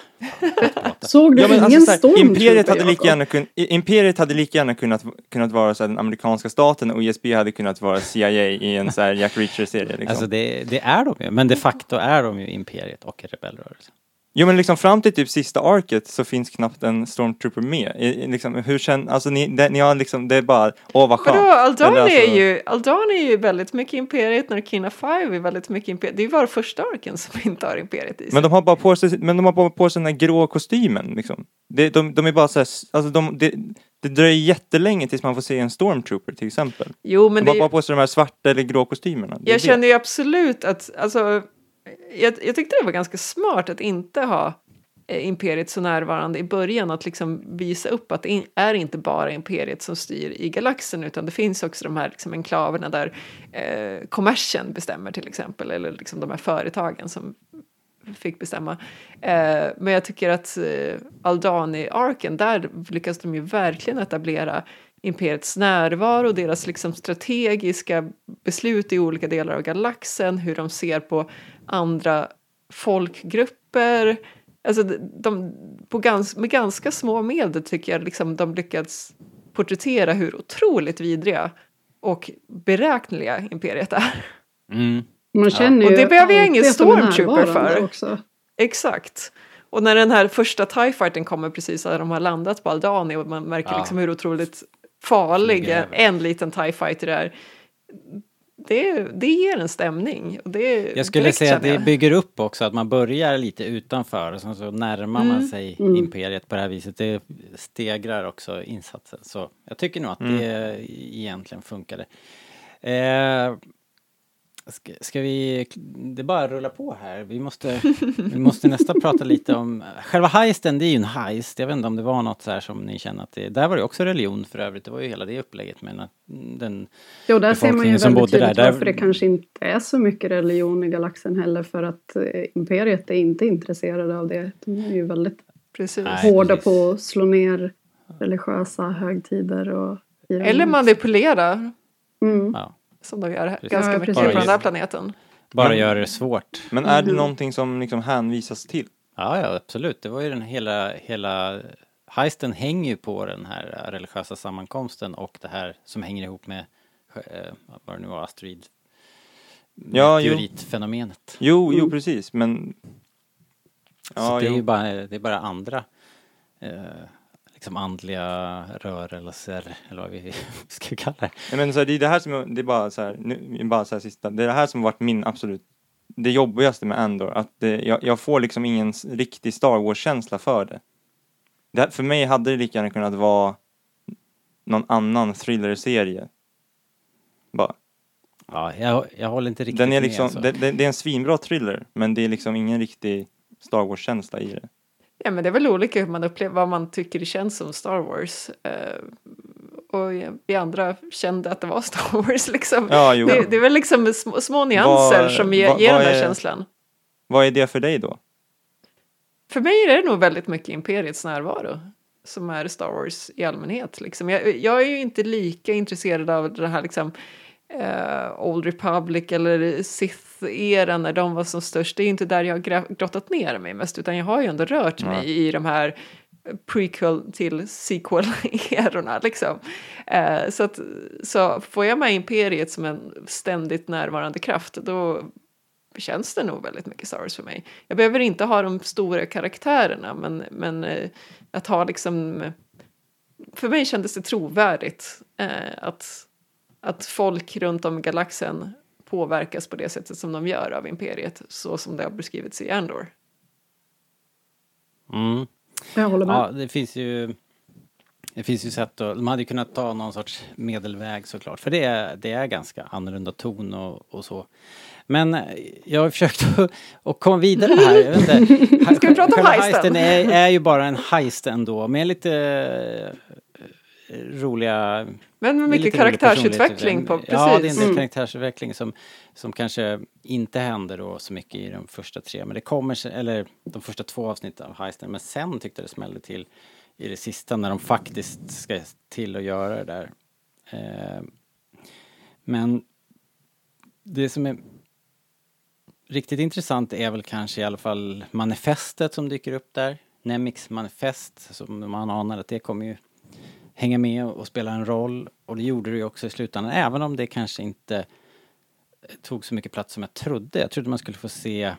Såg du Ja, men ingen alltså, så här, Stormtrooper, Imperiet hade lika Jakob? gärna kun, Imperiet hade lika gärna kunnat kunnat vara så här, den amerikanska staten, och I S B hade kunnat vara C I A i en så här Jack Reacher serie liksom. alltså det, det är de ju, men de facto är de ju Imperiet och Rebellrörelsen. Jo, men liksom fram till typ sista arket så finns knappt en Stormtrooper med. I, i, liksom, hur känner, alltså ni, det, ni har liksom, det är bara, åh vad skönt. Vadå, Aldan Eller alltså- är ju, Aldan är ju väldigt mycket Imperiet, Narkina fem är väldigt mycket Imperiet. Det är ju bara första arken som inte har Imperiet i sig. Men de har bara på sig, men de har bara på sig den här grå kostymen liksom. Det, de, de är bara så här, alltså de, det, det dröjer jättelänge tills man får se en Stormtrooper till exempel. Jo, men de det, har bara på sig de här svarta eller grå kostymerna. Det är jag det. känner ju absolut att, alltså, jag, jag tyckte det var ganska smart att inte ha eh, Imperiet så närvarande i början, att liksom visa upp att det in, är inte bara Imperiet som styr i galaxen, utan det finns också de här liksom enklaverna där eh, kommersen bestämmer till exempel, eller liksom de här företagen som fick bestämma. Eh, men jag tycker att eh, Aldani-arken, där lyckas de ju verkligen etablera Imperiets närvaro, deras liksom strategiska beslut i olika delar av galaxen, hur de ser på andra folkgrupper. Alltså de, på gans, med ganska små medel tycker jag liksom de lyckats porträttera hur otroligt vidriga och beräkneliga Imperiet är. Mm. Man känner Och ju det behöver jag ingen alltid att de är Stormtrooper närvarande för. också. Exakt. Och när den här första TIE fighten kommer precis när de har landat på Aldani och man märker Ja. liksom hur otroligt farlig Flyger en, över. en liten TIE fighter är. Det, det ger en stämning. Och det, Jag skulle direkt säga att känner det jag. bygger upp också, att man börjar lite utanför och sen så närmar man sig Mm. Imperiet på det här viset. Det stegrar också insatsen. Så jag tycker nog att det egentligen funkade. Eh, ska, ska vi, det bara rulla på här. Vi måste, vi måste nästan prata lite om, själva heisten, det är ju en heist. Jag vet inte om det var något så här som ni känner att det, där var det också religion för övrigt. Det var ju hela det upplägget med den Jo, där ser man ju befolkningen som väldigt bodde där. tydligt Där- varför det kanske inte är så mycket religion i galaxen heller, för att eh, Imperiet är inte intresserade av det. De är ju väldigt Precis. Nej. hårda precis. på att slå ner religiösa högtider och fira Eller mat. manipulera, Mm. Ja, som de gör Precis. ganska Ja, mycket precis. på den här planeten. bara Men- gör det svårt. Men är det Mhm. någonting som liksom hänvisas till? Ja, ja, absolut. Det var ju den hela, hela heisten hänger ju på den här religiösa sammankomsten och det här som hänger ihop med eh, vad det nu var, asteroid Ja, jo. meteoritfenomenet. Jo, jo Mm. precis, men Så ja, det är jo. ju bara, det är bara andra eh, liksom andliga rörelser eller vad vi ska kalla det. Nej, men så här, det är det här som jag- det är bara så här, nu bara så här sista. Det är det här som har varit min absolut det jobbigaste med Andor, att det, jag, jag får liksom ingen s- riktig Star Wars-känsla för det. det. här- För mig hade det lika gärna kunnat vara någon annan thriller-serie. Bara. Ja, jag, jag håller inte riktigt Den är med. liksom, Alltså. det, det, det är en svinbra thriller, men det är liksom ingen riktig Star Wars-känsla i det. Ja, men det är väl olika hur man upplever, vad man tycker det känns som Star Wars. Eh, och vi andra kände att det var Star Wars liksom. Ja, jo. Det, det är väl liksom små, små nyanser Vad- som ger, vad- ger vad den där är- känslan. Vad är det för dig då? För mig är det nog väldigt mycket Imperiets närvaro som är Star Wars i allmänhet. Liksom. Jag, jag är ju inte lika intresserad av det här liksom, eh, Old Republic eller Sith-eran när de var som störst. Det är ju inte där jag har gra- grottat ner mig mest, utan jag har ju ändå rört mig Nej. i de här prequel till sequel-erorna. Liksom. Eh, så, att, så får jag med Imperiet som en ständigt närvarande kraft, då känns det nog väldigt mycket Star Wars för mig. Jag behöver inte ha de stora karaktärerna, men, men eh, att ha liksom... För mig kändes det trovärdigt eh, att, att folk runt om i galaxen påverkas på det sättet som de gör av Imperiet, så som det har beskrivits i Andor. Mm. Jag håller med. Ja, det finns ju det finns ju sätt att, de hade ju kunnat ta någon sorts medelväg såklart, för det är, det är ganska annorlunda ton och, och så. Men jag har försökt att, att komma vidare här. Jag vet inte. Ska vi prata om heisten? Heisten är, är ju bara en heist ändå, med lite roliga... Men med mycket karaktärsutveckling på, precis. Ja, det är en del mm. karaktärsutveckling som, som kanske inte händer då så mycket i de första tre. Men det kommer, eller de första två avsnitten av heisten. Men sen tyckte jag det smällde till i det sista när de faktiskt ska till att göra det där. Eh, men det som är riktigt intressant är väl kanske i alla fall manifestet som dyker upp där. Nemics manifest, som man anar att det kommer ju hänga med och spela en roll. Och det gjorde det ju också i slutändan, även om det kanske inte tog så mycket plats som jag trodde. Jag trodde man skulle få se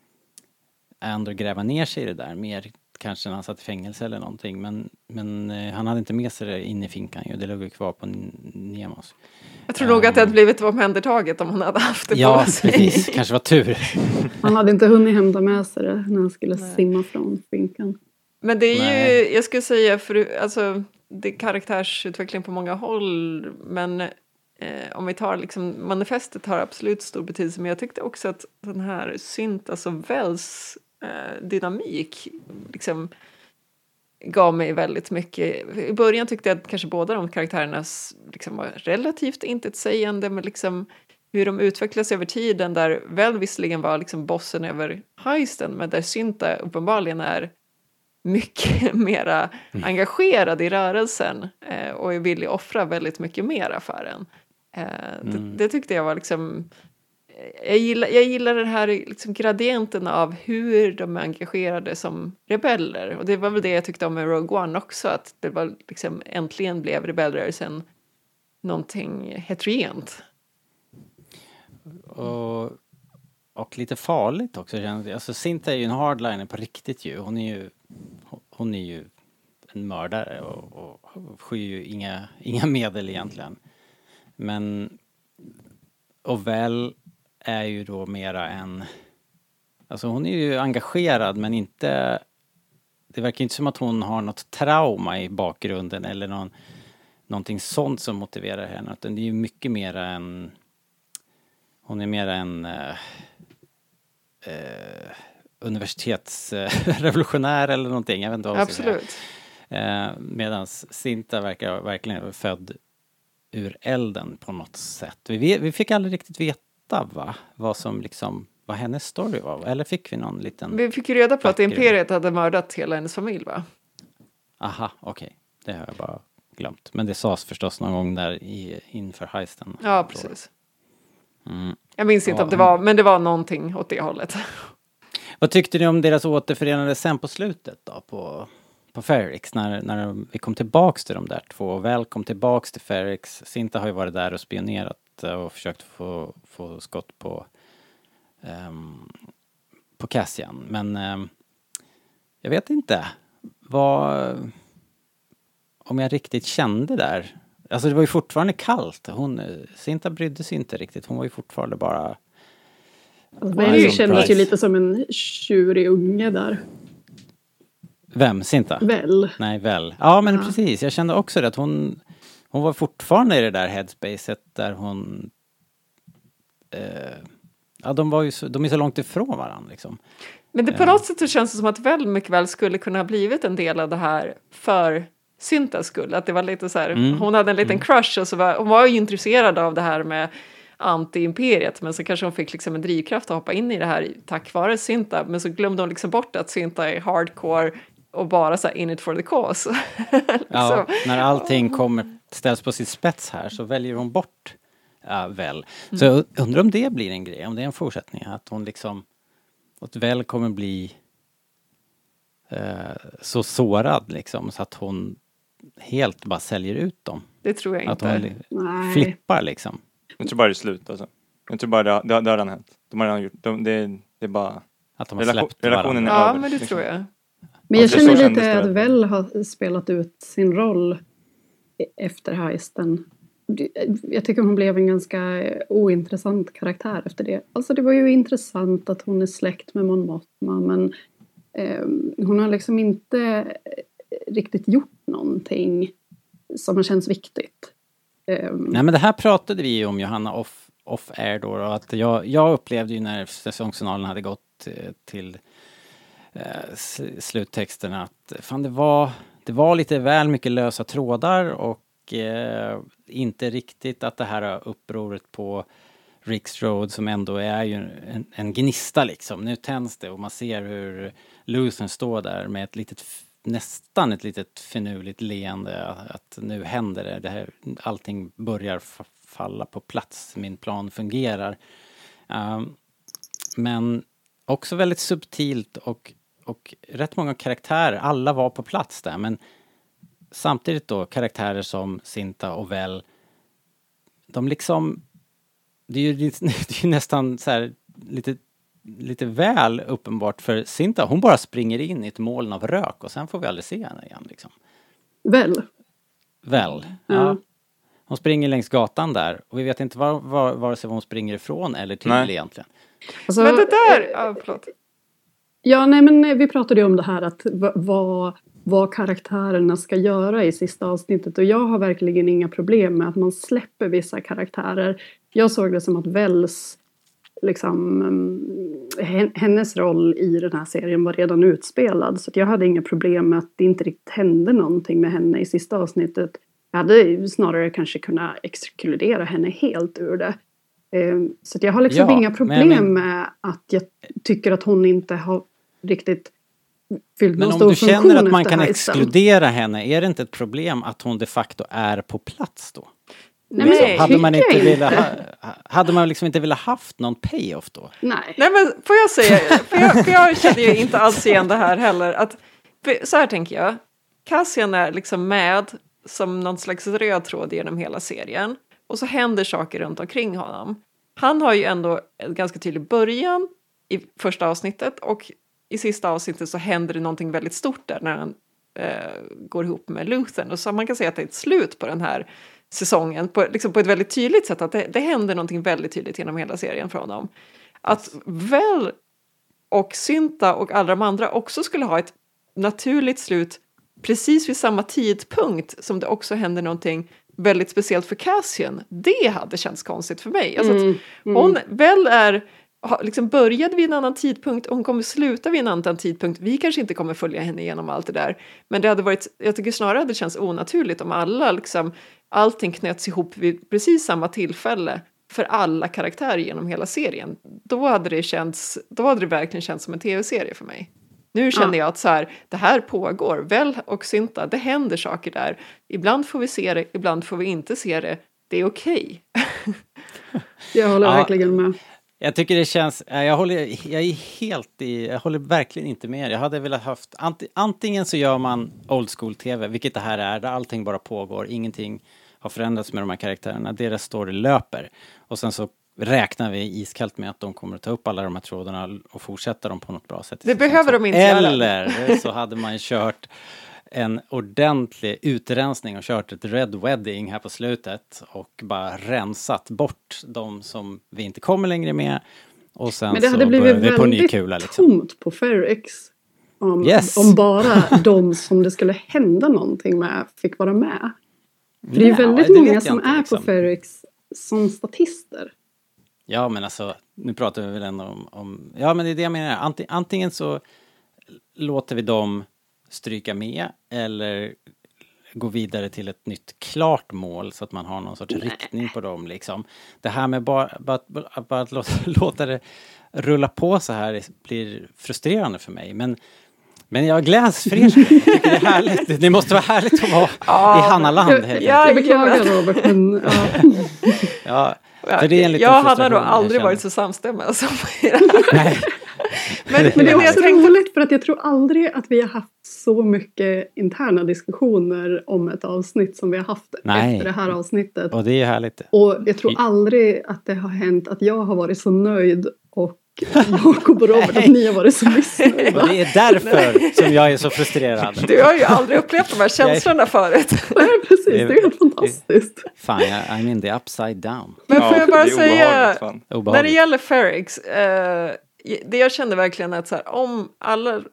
Andor gräva ner sig i det där, mer kanske när han satt i fängelse eller någonting. Men, men eh, han hade inte med sig det in i finkan ju. Det låg ju kvar på Nemos. Jag tror um, nog att det hade blivit omhändertaget om han hade haft det ja, på sig. Ja, precis. Kanske var tur. Han hade inte hunnit hämta med sig det när han skulle Nej. simma från finkan. Men det är Nej. ju, jag skulle säga, för, alltså, det är karaktärsutveckling på många håll. Men eh, om vi tar liksom, manifestet har absolut stor betydelse. Men jag tyckte också att den här synt, alltså Wells eh, dynamik liksom gav mig väldigt mycket. I början tyckte jag att kanske båda de karaktärerna liksom var relativt intetsägande, men liksom hur de utvecklas över tiden, där väl visserligen var liksom bossen över heisten, men där Synta uppenbarligen är mycket mera mm. engagerad i rörelsen eh, och är villig att offra väldigt mycket mera för en. Eh, mm. det, det tyckte jag var liksom jag gillar, jag gillar den här liksom gradienten av hur de är engagerade som rebeller. Och det var väl det jag tyckte om med Rogue One också. Att det var liksom, äntligen blev rebellrörelsen någonting heterogent. Och, och lite farligt också. Alltså Synta är ju en hardliner på riktigt ju. Hon är ju, hon är ju en mördare och, och skyr ju inga, inga medel egentligen. Men och väl är ju då mera en, alltså hon är ju engagerad men inte, det verkar inte som att hon har något trauma i bakgrunden eller någon, någonting sånt som motiverar henne, utan det är ju mycket mera en, hon är mera en eh, eh, universitetsrevolutionär eller någonting, jag vet inte vad jag ska säga. Absolut. Eh, medans Synta verkar verkligen vara född ur elden på något sätt. Vi, vi fick aldrig riktigt veta va? Vad som liksom, vad hennes story var. Eller fick vi någon liten... Vi fick ju reda på att Imperiet hade mördat hela hennes familj, va? Aha, okej. Okay. Det har jag bara glömt. Men det sades förstås någon gång där i, inför heisten. Ja, precis. Mm. Jag minns inte ja, om det var, men det var någonting åt det hållet. Vad tyckte ni om deras återförenade sen på slutet då? På... på Ferrix, när, när vi kom tillbaks till de där två och väl kom tillbaks till Ferrix. Synta har ju varit där och spionerat och försökt få, få skott på um, på Cassian. Men um, jag vet inte vad, om jag riktigt kände där. Alltså det var ju fortfarande kallt. Hon, Synta brydde sig inte riktigt. Hon var ju fortfarande bara... Alltså, det kändes ju lite som en tjurig unge där. Vem? Synta? Väl. Nej, väl. Ja, men ja. precis. Jag kände också det att hon, hon var fortfarande i det där headspacet där hon... Eh, ja, de, var ju så, de är så långt ifrån varandra liksom. Men det på något sätt så känns det som att väl mycket väl skulle kunna ha blivit en del av det här för Syntas skull. Att det var lite så här, mm. hon hade en liten mm. crush och så var hon var ju intresserad av det här med anti-imperiet, men så kanske hon fick liksom en drivkraft att hoppa in i det här tack vare Synta, men så glömde hon liksom bort att Synta är hardcore och bara så här in it for the cause. Ja, när allting kommer ställs på sitt spets här så väljer hon bort ja, väl. Så mm. jag undrar om det blir en grej, om det är en fortsättning, att hon liksom, att väl kommer bli eh, så sårad liksom, så att hon helt bara säljer ut dem. Det tror jag inte. Att hon flippar liksom. Jag tror bara det är slut alltså. Jag tror bara det, det, det har redan hänt. De har redan gjort, de, det, det är bara... Att de har relation, släppt relationen är ja, över. men det liksom. tror jag. Men jag känner lite att väl har spelat ut sin roll efter heisten. Jag tycker hon blev en ganska ointressant karaktär efter det. Alltså det var ju intressant att hon är släkt med Mon Mothma, men Eh, hon har liksom inte riktigt gjort någonting som har känts viktigt. Eh, Nej, men det här pratade vi ju om, Johanna, off, off air då. Och att jag, jag upplevde ju när säsongsfinalen hade gått eh, till eh, sluttexterna att fan, det var, det var lite väl mycket lösa trådar och eh, inte riktigt att det här upproret på Ricks Road som ändå är ju en, en gnista liksom. Nu tänds det och man ser hur Luther står där med ett litet, nästan ett litet finurligt leende att nu händer det. det här, allting börjar f- falla på plats. Min plan fungerar. Um, men också väldigt subtilt och, och rätt många karaktärer. Alla var på plats där, men samtidigt då karaktärer som Cinta och Vel, de liksom, det är ju, det är ju nästan så här lite, lite väl uppenbart för Cinta. Hon bara springer in i ett moln av rök och sen får vi aldrig se henne igen liksom. Väl? Väl, ja. ja. Hon springer längs gatan där och vi vet inte var, var, vare sig var hon springer ifrån eller till nej. Egentligen. Alltså, men det där, ja, förlåt. Ja, nej men vi pratade ju om det här att v- vad, vad karaktärerna ska göra i sista avsnittet och jag har verkligen inga problem med att man släpper vissa karaktärer. Jag såg det som att Vels liksom, hennes roll i den här serien var redan utspelad så att jag hade inga problem med att det inte riktigt hände någonting med henne i sista avsnittet. Jag hade snarare kanske kunnat exkludera henne helt ur det. Så att jag har liksom ja, inga problem men, men, med att jag tycker att hon inte har riktigt fyllt någon stor funktion. Men om du känner att man kan exkludera henne, är det inte ett problem att hon de facto är på plats då? Nej, men så, hade man inte velat ha, hade man liksom inte velat haft någon payoff då? Nej. Nej, men får jag säga, för jag, för jag känner ju inte alls igen det här heller. Att, så här tänker jag, Cassian är liksom med som någon slags röd tråd genom hela serien. Och så händer saker runt omkring honom. Han har ju ändå en ganska tydlig början i första avsnittet. Och i sista avsnittet så händer det någonting väldigt stort där när han eh, går ihop med Luther. Och så man kan säga att det är ett slut på den här säsongen. På, liksom på ett väldigt tydligt sätt. Att det, det händer någonting väldigt tydligt genom hela serien för honom. Att Vel och Cinta och alla de andra också skulle ha ett naturligt slut precis vid samma tidpunkt som det också händer någonting väldigt speciellt för Cassian. Det hade känts konstigt för mig. Alltså mm, att hon mm. väl är liksom började vid en annan tidpunkt och hon kommer sluta vid en annan tidpunkt. Vi kanske inte kommer följa henne igenom allt det där. Men det hade varit, jag tycker snarare att det känns onaturligt om alla liksom, allting knöts ihop vid precis samma tillfälle för alla karaktärer genom hela serien. Då hade det känts, då hade det verkligen känts som en tv-serie för mig. Nu känner ja. jag att så här, det här pågår. Vel och Cinta, det händer saker där. Ibland får vi se det, ibland får vi inte se det. Det är okej. Okay. Jag håller ja, verkligen med. Jag tycker det känns, jag håller, jag är helt i, jag håller verkligen inte med. Jag hade velat haft, antingen så gör man old school tv, vilket det här är, där allting bara pågår, ingenting har förändrats med de här karaktärerna. Deras story löper. Och sen så räknar vi iskallt med att de kommer att ta upp alla de här trådarna och fortsätta dem på något bra sätt. Det behöver de inte göra. Eller så hade man kört en ordentlig utrensning och kört ett Red Wedding här på slutet och bara rensat bort de som vi inte kommer längre med. Och sen men det hade så blivit vi på väldigt ny kula, liksom. tomt på Ferrix. Om, yes. om bara de som det skulle hända någonting med fick vara med. För det är väldigt det många som inte, är liksom. på Ferrix som statister. Ja, men alltså, nu pratar vi väl ändå om, om... Ja, men det är det jag menar. Ant, antingen så låter vi dem stryka med eller gå vidare till ett nytt klart mål så att man har någon sorts Nej. riktning på dem. Liksom. Det här med bara, bara, bara, bara att låta, låta det rulla på så här blir frustrerande för mig. Men, men jag gläds för er. Jag tycker det är härligt. Det måste vara härligt att vara ja, i Hannaland. Jag, jag beklagar Robert. Men, ja. ja. För det är en jag hade nog aldrig varit så samstämmiga som Nej. men, men det är också tänkte... roligt för att jag tror aldrig att vi har haft så mycket interna diskussioner om ett avsnitt som vi har haft Nej. efter det här avsnittet. Och det är härligt. Och jag tror aldrig att det har hänt att jag har varit så nöjd och Jakob och Robert att ni har varit så missnöjda. Och det är därför som jag är så frustrerad. Du har ju aldrig upplevt de här känslorna förut. Nej, precis. Det är helt fantastiskt. Fan, I'm in the upside down. Men får ja, jag bara säga, obehagligt. när det gäller Ferrix, eh, det jag kände verkligen att så här, om alla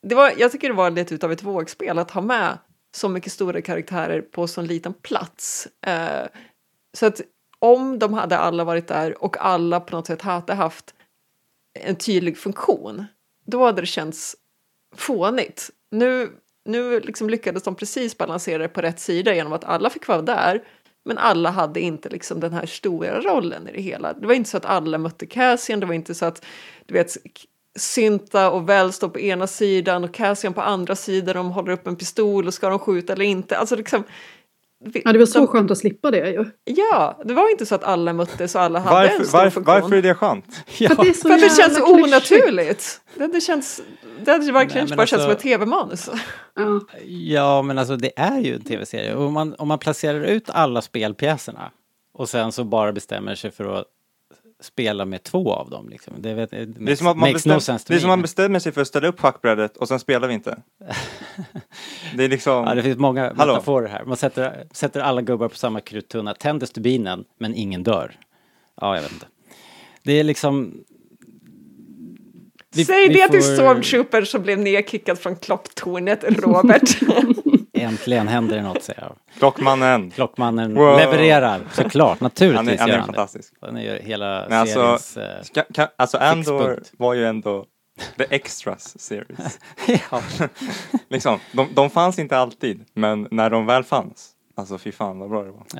det var, jag tycker det var lite utav ett vågspel att ha med så mycket stora karaktärer på så en liten plats. Eh, så att om de hade alla varit där och alla på något sätt hade haft en tydlig funktion, då hade det känts fånigt. Nu, nu liksom lyckades de precis balansera det på rätt sida genom att alla fick vara där, men alla hade inte liksom den här stora rollen i det hela. Det var inte så att alla mötte Cassian, det var inte så att, du vet, Synta och Vel står på ena sidan och Cassian på andra sidan, de håller upp en pistol och ska de skjuta eller inte. Alltså liksom... Ja, det var så de, skönt att slippa det ju. Ja, det var inte så att alla möttes och alla hade varför, en stor varför, funktion. varför är det skönt? Ja. För, det, är så För det känns klyschigt. Onaturligt. Det, det känns, det hade verkligen Nej, bara alltså, känts som ett tv-manus. Ja. Ja, men alltså det är ju en tv-serie. Och om man, om man placerar ut alla spelpjäserna och sen så bara bestämmer sig för att spela med två av dem. Liksom. Det, vet, det, det är som att man, bestäm, no det är som man bestämmer sig för att ställa upp schackbrädet och sen spelar vi inte. Det är liksom... Ja, det finns många Hallå? metaforer här. Man sätter, sätter alla gubbar på samma kruttunna, tänder stubinen, men ingen dör. Ja, jag vet inte. Det är liksom... Vi, Säg vi det får... till Stormtrooper som blev nedkickad från klocktornet, Robert. Äntligen händer det något, säger jag. Klockmannen. Klockmannen wow. levererar, såklart, naturligtvis. Han är, han är han fantastisk. Han är ju hela men seriens... Alltså, eh, ska, kan, alltså Andor fixpunkt. var ju ändå the extras series. ja. liksom, de, de fanns inte alltid, men när de väl fanns, alltså fy fan vad bra det var.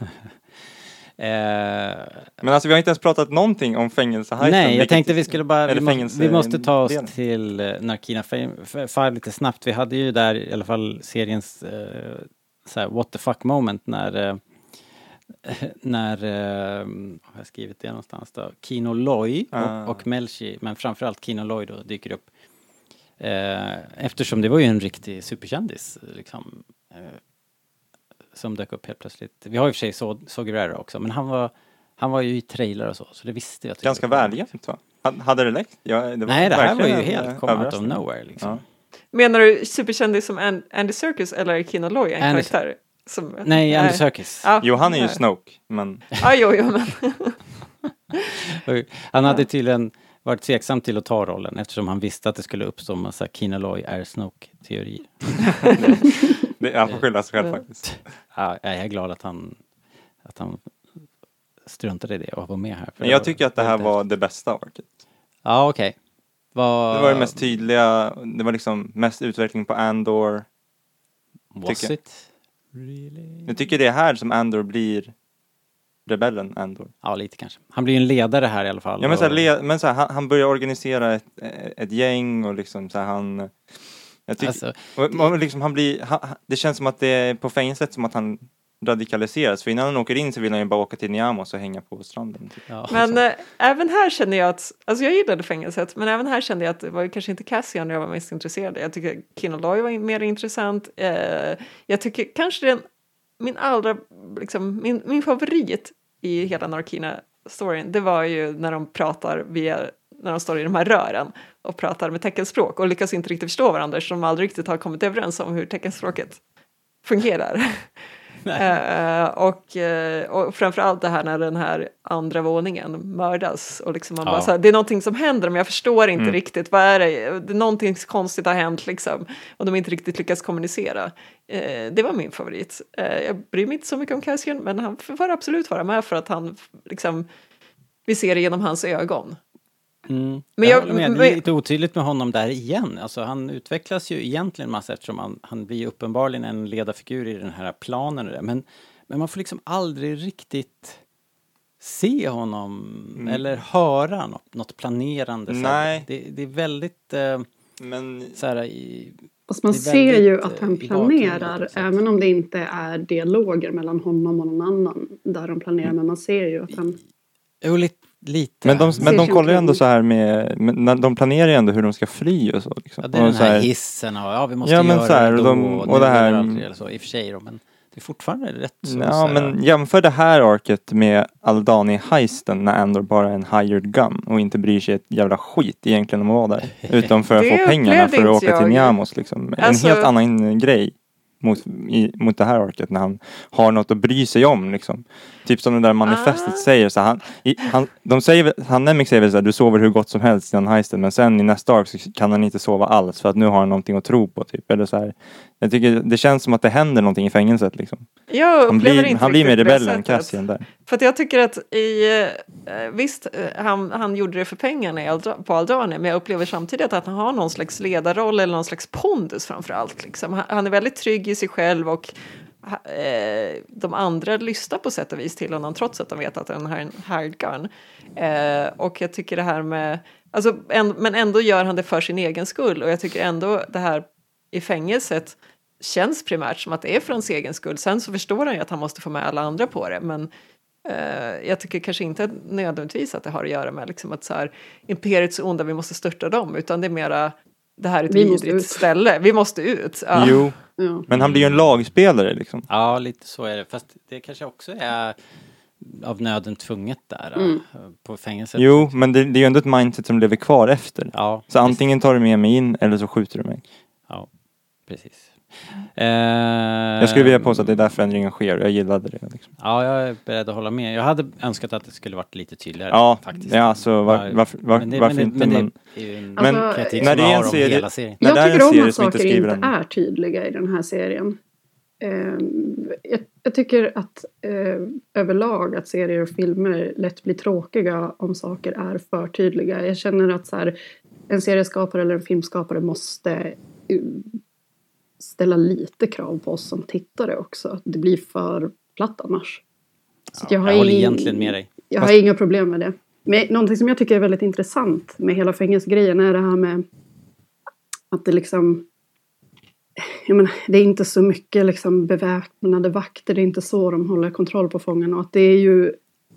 Eh, men alltså vi har inte ens pratat någonting om fängelsehajten. nej, jag vilket, tänkte vi skulle bara, vi, må, vi måste ta oss delen. till uh, Narkina Five lite snabbt. Vi hade ju där i alla fall seriens uh, såhär, what the fuck moment när uh, när uh, har jag skrivit det någonstans då? Kino Loy ah. och, och Melchi, men framförallt Kino Loy då dyker upp. Uh, eftersom det var ju en riktig superkändis liksom, uh, som dök upp helt plötsligt. Vi har i och för sig så, så Guerrero också, men han var han var ju i trailer och så, så det visste jag. Ganska välgömt, va? Hade det läckt? Ja, det var nej, det här var ju en, helt come out of nowhere liksom. Ja. Menar du superkändis som Andy Serkis eller Kino Loy, en Andy, karaktär? Som, nej, Andy Serkis. Ja, jo, han är ju nej. Snoke, men... ja, jo, jo, men... Han hade tydligen varit tveksam till att ta rollen eftersom han visste att det skulle uppstå en massa Kino Loy är Snoke-teorier. det, det, han får skylla sig själv faktiskt. Ja, jag är glad att han att han struntade i det och var med här. Men jag tycker att det här var det bästa arket. Ja, okej. Okay. Var... Det var det mest tydliga, det var liksom mest utveckling på Andor. Was tycker. it? Really? Jag tycker det är här som Andor blir rebellen Andor. Ja, lite kanske. Han blir ju en ledare här i alla fall. Ja, men, och... så här, le- men så här, han, han börjar organisera ett, ett gäng och liksom så här, han... Jag tycker, alltså... och, och liksom han blir, han, det känns som att det är på fängelset som att han radikaliseras. För innan han åker in så vill han ju bara åka till Niamos och hänga på stranden. Typ. Ja, men äh, även här känner jag att, alltså jag gillade fängelset, men även här kände jag att det var kanske inte Cassian jag var mest intresserad. Jag tycker Kino Loy var mer intressant. Eh, jag tycker kanske den, min allra, liksom, min, min favorit i hela Narkina-storyn, det var ju när de pratar via, när de står i de här rören och pratar med teckenspråk och lyckas inte riktigt förstå varandra så de aldrig riktigt har kommit överens om hur teckenspråket fungerar. Uh, och, uh, och framförallt det här när den här andra våningen mördas och liksom man ja. bara så här, det är någonting som händer men jag förstår inte mm. riktigt vad är det, det är någonting konstigt har hänt liksom och de inte riktigt lyckas kommunicera. Uh, det var min favorit. Uh, jag bryr mig inte så mycket om Cassian men han får absolut vara med för att han liksom, vi ser det genom hans ögon. Mm. Men jag, jag, med. men, Det är lite otydligt med honom där igen. Alltså, han utvecklas ju egentligen massa eftersom han, han blir uppenbarligen en ledarfigur i den här planen. Och det. Men, men man får liksom aldrig riktigt se honom mm. eller höra något, något planerande. Nej. Det, det är väldigt... Eh, men... så här, i, Fast man ser ju att han planerar, även om det inte är dialoger mellan honom och någon annan där de planerar, men man ser ju att han... Jo, lite. Lite. Men de, men de kollar ju ändå så här med, med, de planerar ju ändå hur de ska fly och så. Liksom. Ja, det är och den här, här hissen och ja, vi måste ja, men göra så här, det då de, och, och det här, aldrig, eller så, i och för sig då, men det är fortfarande rätt så. Ja, så här, men jämför det här arket med Aldani-heisten när Andor bara är en hired gun och inte bryr sig ett jävla skit egentligen om att vara där. Utom för att få pengarna för att åka jag. till Niamos liksom. Alltså, en helt annan grej. mot, i, mot det här arket när han har något att bry sig om liksom. Typ som det där manifestet ah. säger så han, i, han de säger han Nemik säger väl så här, du sover hur gott som helst i den heisten, men sen i nästa ark så kan han inte sova alls för att nu har han någonting att tro på typ, eller så här. Jag tycker det känns som att det händer någonting i fängelset liksom. Jag han blir inte han blir mer rebellen Cassian där. För att jag tycker att i eh, visst han, han gjorde det för pengarna i Aldra, på Aldania, men jag upplever samtidigt att han har någon slags ledarroll eller någon slags pondus framförallt liksom. Han, han är väldigt trygg i sig själv och eh, de andra lyssnar på sätt och vis till honom trots att de vet att han har en hired gun. Eh, och jag tycker det här med alltså, en, men ändå gör han det för sin egen skull, och jag tycker ändå det här i fängelset känns primärt som att det är för hans egen skull. Sen så förstår han ju att han måste få med alla andra på det, men eh, jag tycker kanske inte nödvändigtvis att det har att göra med liksom att så här, imperiets onda, vi måste störta dem, utan det är mera det här är ett vidrigt ställe, vi måste ut. Ja. Jo, ja. Men han blir ju en lagspelare liksom. Ja, lite så är det, fast det kanske också är av nöden tvunget där mm. på fängelset. Jo, men det, det är ju ändå ett mindset som lever kvar efter. Ja, så precis. Antingen tar du med mig in eller så skjuter du mig. Ja, precis. Eh, jag skulle vilja påstå att det är där förändringen sker, och jag gillade det. Liksom. Ja, jag är beredd att hålla med. Jag hade önskat att det skulle varit lite tydligare. Ja, faktiskt. Ja, alltså, var, varför, var, men det, varför men inte? Men, Men, men, men alltså, när det är en serie, hela serien. när jag det är tycker en om att som saker inte, inte är tydliga i den här serien. Uh, jag, jag tycker att uh, överlag att serier och filmer lätt blir tråkiga om saker är för tydliga. Jag känner att så här, en serieskapare eller en filmskapare måste uh, ställa lite krav på oss som tittare också. Det blir för platt annars. Så ja, jag har jag håller in, egentligen med dig. Jag har inga problem med det. Men någonting som jag tycker är väldigt intressant med hela fängelsegrejen är det här med att det liksom jag menar, det är inte så mycket liksom beväpnade vakter, det är inte så de håller kontroll på fångarna, och att det är ju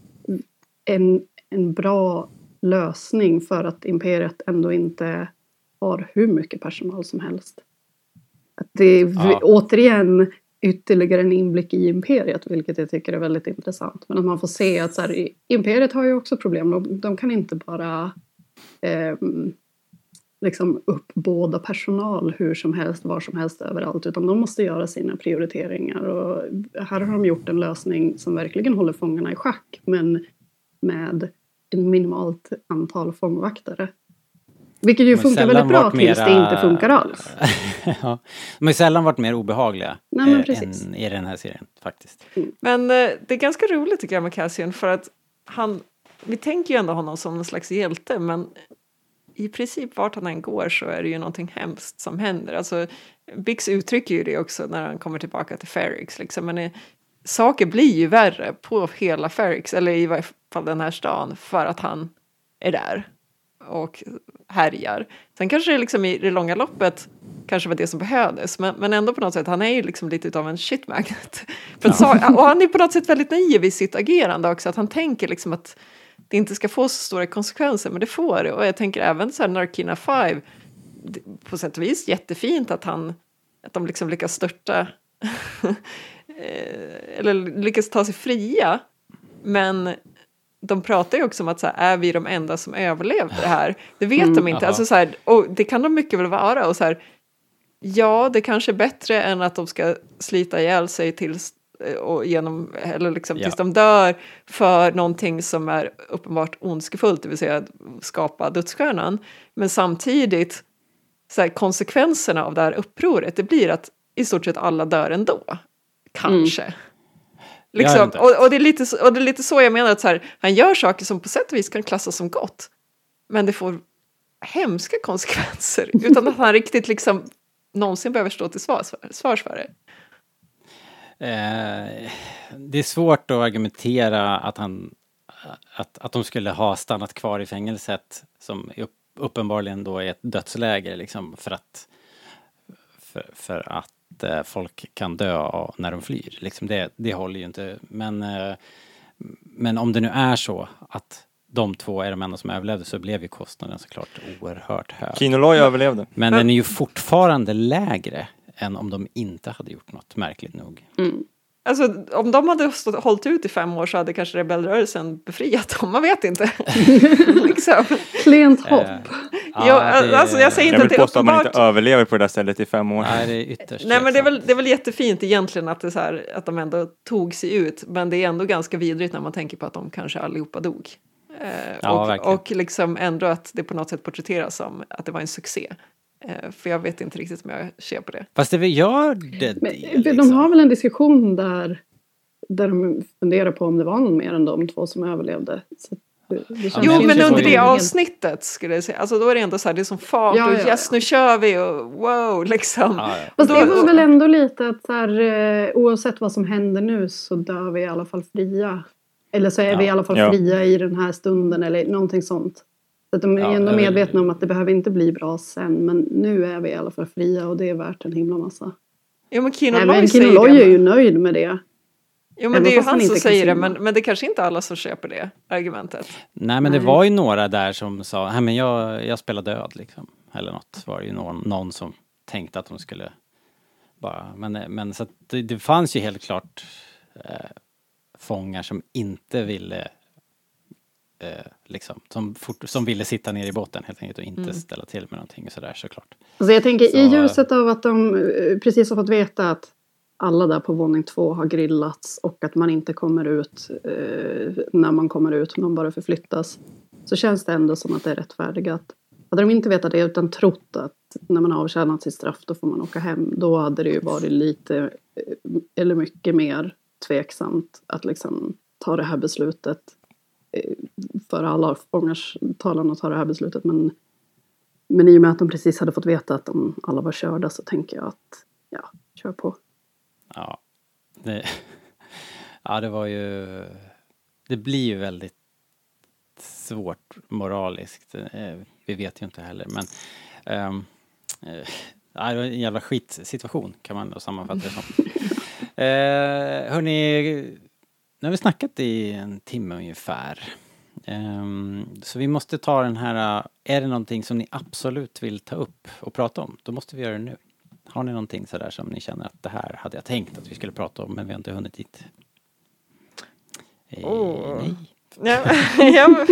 en, en bra lösning för att imperiet ändå inte har hur mycket personal som helst. Att det är ja. återigen ytterligare en inblick i imperiet, vilket jag tycker är väldigt intressant. Men att man får se att så här, imperiet har ju också problem. De, de kan inte bara eh, liksom uppbåda personal hur som helst, var som helst, överallt. Utan de måste göra sina prioriteringar. Och här har de gjort en lösning som verkligen håller fångarna i schack. Men med en minimalt antal fångvaktare. Vilket ju funkar väldigt bra tills mera... det inte funkar alls. Ja. De har ju sällan varit mer obehagliga Nej, men eh, än i den här serien faktiskt. Mm. Men eh, det är ganska roligt tycker jag med Cassian, för att han, vi tänker ju ändå honom som en slags hjälte, men i princip vart han än går så är det ju någonting hemskt som händer. Alltså Bix uttrycker ju det också när han kommer tillbaka till Ferrix. Liksom. Men eh, saker blir ju värre på hela Ferrix, eller i varje fall den här stan, för att han är där och härjar. Sen kanske det liksom i det långa loppet kanske var det som behövdes, men, men ändå på något sätt, han är ju liksom lite utav en shitmagnet. För att, ja. Och han är på något sätt väldigt naiv i sitt agerande också, att han tänker liksom att det inte ska få så stora konsekvenser, men det får det. Och jag tänker även så här Narkina fem, på sätt och vis jättefint att han att de liksom lyckas störta eller lyckas ta sig fria, men de pratar ju också om att så här, är vi de enda som överlevde det här? Det vet mm, de inte. Alltså, så här, och det kan de mycket väl vara. Och så här, ja, det kanske är bättre än att de ska slita ihjäl sig tills, och genom, eller liksom, ja. tills de dör för någonting som är uppenbart ondskefullt, det vill säga att skapa dödsstjärnan. Men samtidigt, så här, konsekvenserna av det här upproret, det blir att i stort sett alla dör ändå. Kanske. Mm. Liksom, och, och, det är lite, och det är lite så jag menar att så här, han gör saker som på sätt och vis kan klassas som gott, men det får hemska konsekvenser utan att han riktigt liksom någonsin behöver stå till svars för, svars för det. Eh, det är svårt att argumentera att han att, att de skulle ha stannat kvar i fängelset som upp, uppenbarligen då är ett dödsläger liksom, för att för, för att folk kan dö när de flyr. Liksom det, det håller ju inte. Men, men om det nu är så att de två är de enda som överlevde, så blev ju kostnaden såklart oerhört hög. Kinoloy överlevde. Men den är ju fortfarande lägre än om de inte hade gjort något, märkligt nog. Mm. Alltså, om de hade stått, hållit ut i fem år så hade kanske rebellrörelsen befriat dem. Man vet inte. liksom. Klent hopp. Eh, Ja, alltså jag säger inte jag att det vill är påstå att man uppenbart. inte överlever på det där stället i fem år. Nej, det är ytterst. Nej, men det är, väl, det är väl jättefint egentligen att, det är så här, att de ändå tog sig ut. Men det är ändå ganska vidrigt när man tänker på att de kanske allihopa dog. Eh, Ja, och, och liksom ändå att det på något sätt porträtteras som att det var en succé. Eh, för jag vet inte riktigt om jag ser på det. Fast det gör det. Men, det liksom. De har väl en diskussion där, där de funderar på om det var någon mer än de två som överlevde. Så det, det Ja, jo, men men det under var det ju- avsnittet skulle jag säga. Alltså då är det ändå så här, det är som fart Ja, och ja, yes, ja. nu kör vi och wow, liksom. Ja, ja. Fast Då- det var väl ändå lite att så här, eh, oavsett vad som händer nu så dör vi i alla fall fria. Eller så är Ja. vi i alla fall Ja. fria i den här stunden eller någonting sånt. Så att de är Ja, ändå jag vill- medvetna om att det behöver inte bli bra sen. Men nu är vi i alla fall fria och det är värt en himla massa. Jo, men Kino Även Loy Kino säger Loy det. är ju nöjd med det. Jo, men även det är ju fast han han som inte kan säger det, simma. men, men det är kanske inte alla som köper det argumentet. Nej, men det Nej. var ju några där som sa, nej men jag, jag spelar död liksom. Eller något var det ju någon, någon som tänkte att de skulle bara, men, men så att det, det fanns ju helt klart eh, fångar som inte ville eh, liksom, som, fort, som ville sitta ner i båten helt enkelt och inte Mm. ställa till med någonting och sådär såklart. Alltså jag tänker Så- i ljuset av att de eh, precis har fått veta att alla där på våning två har grillats och att man inte kommer ut eh, när man kommer ut, man bara förflyttas. Så känns det ändå som att det är rättfärdigat. Hade de inte vetat det utan trott att när man har avtjänat sitt straff då får man åka hem. Då hade det ju varit lite eh, eller mycket mer tveksamt att liksom ta det här beslutet. Eh, för alla fångars talan att ta det här beslutet. Men, men i och med att de precis hade fått veta att de alla var körda så tänker jag att ja, kör på. Ja, det, ja, det var ju, det blir ju väldigt svårt moraliskt. Eh, vi vet ju inte heller, men ehm, eh, ja, det var en jävla skitsituation kan man då sammanfatta det som. Eh, hörni, nu har vi snackat i en timme ungefär. Ehm, så vi måste ta den här, är det någonting som ni absolut vill ta upp och prata om? Då måste vi göra det nu. Har ni någonting sådär som ni känner att det här hade jag tänkt att vi skulle prata om men vi har inte hunnit dit? Eh, Åh. Nej. Ja, ja, men,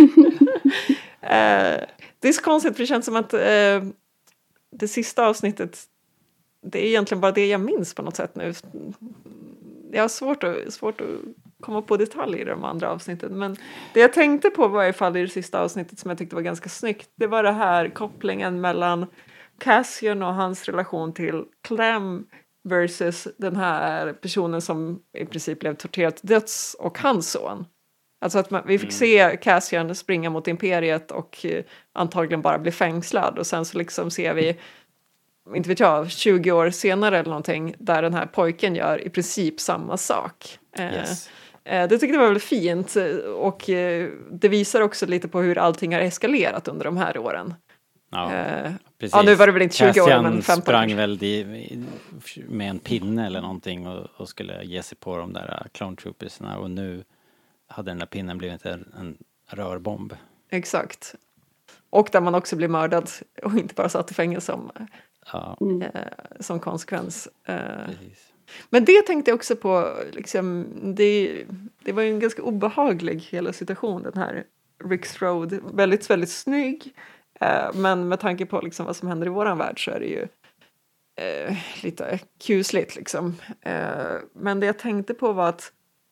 eh, det är så konstigt för det känns som att eh, det sista avsnittet, det är egentligen bara det jag minns på något sätt nu. Jag har svårt att, svårt att komma på detaljer i de andra avsnitten, men det jag tänkte på var i alla fall i det sista avsnittet som jag tyckte var ganska snyggt, det var det här kopplingen mellan Cassian och hans relation till Clem versus den här personen som i princip blev torterad till döds och hans son. Alltså att man, vi fick se Cassian springa mot imperiet och eh, antagligen bara bli fängslad. Och sen så liksom ser vi, inte vet jag, tjugo år senare eller någonting där den här pojken gör i princip samma sak. Eh, Yes. eh, det tyckte jag var väldigt fint och eh, det visar också lite på hur allting har eskalerat under de här åren. Ja, Eh, precis. ja, nu var det väl inte tjugo år, Cassian men femton sprang kanske. väl di, med en pinne eller någonting och, och skulle ge sig på de där uh, clone troopersna och nu hade den där pinnen blivit en, en rörbomb. Exakt. Och där man också blir mördad och inte bara satt i fängelse som, Ja, eh, som konsekvens. Eh, precis. men det tänkte jag också på, liksom, det, det var ju en ganska obehaglig hela situation, den här Rix Road. Väldigt, väldigt snygg. Eh, men med tanke på liksom, vad som händer i våran värld så är det ju eh, lite kusligt. Liksom. Eh, men det jag tänkte på var att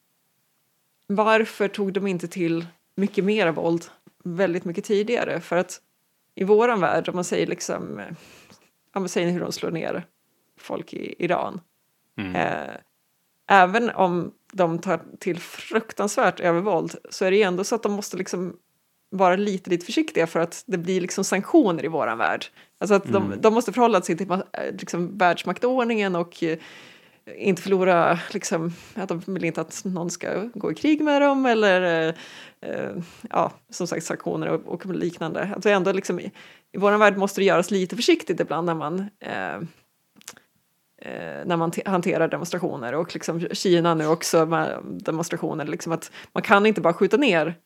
varför tog de inte till mycket mer våld väldigt mycket tidigare? För att i våran värld, om man säger liksom, om man säger hur de slår ner folk i Iran. Mm. Eh, även om de tar till fruktansvärt övervåld så är det ändå så att de måste liksom vara lite, lite försiktiga för att det blir liksom sanktioner i våran värld. Alltså att de, Mm. de måste förhålla sig till liksom, världsmaktordningen och eh, inte förlora, liksom, att de vill inte att någon ska gå i krig med dem eller eh, eh, ja, som sagt sanktioner och, och liknande. Att vi ändå liksom, i, i vår värld måste det göras lite försiktigt ibland när man eh, eh, när man t- hanterar demonstrationer och liksom Kina nu också med demonstrationer, liksom att man kan inte bara skjuta ner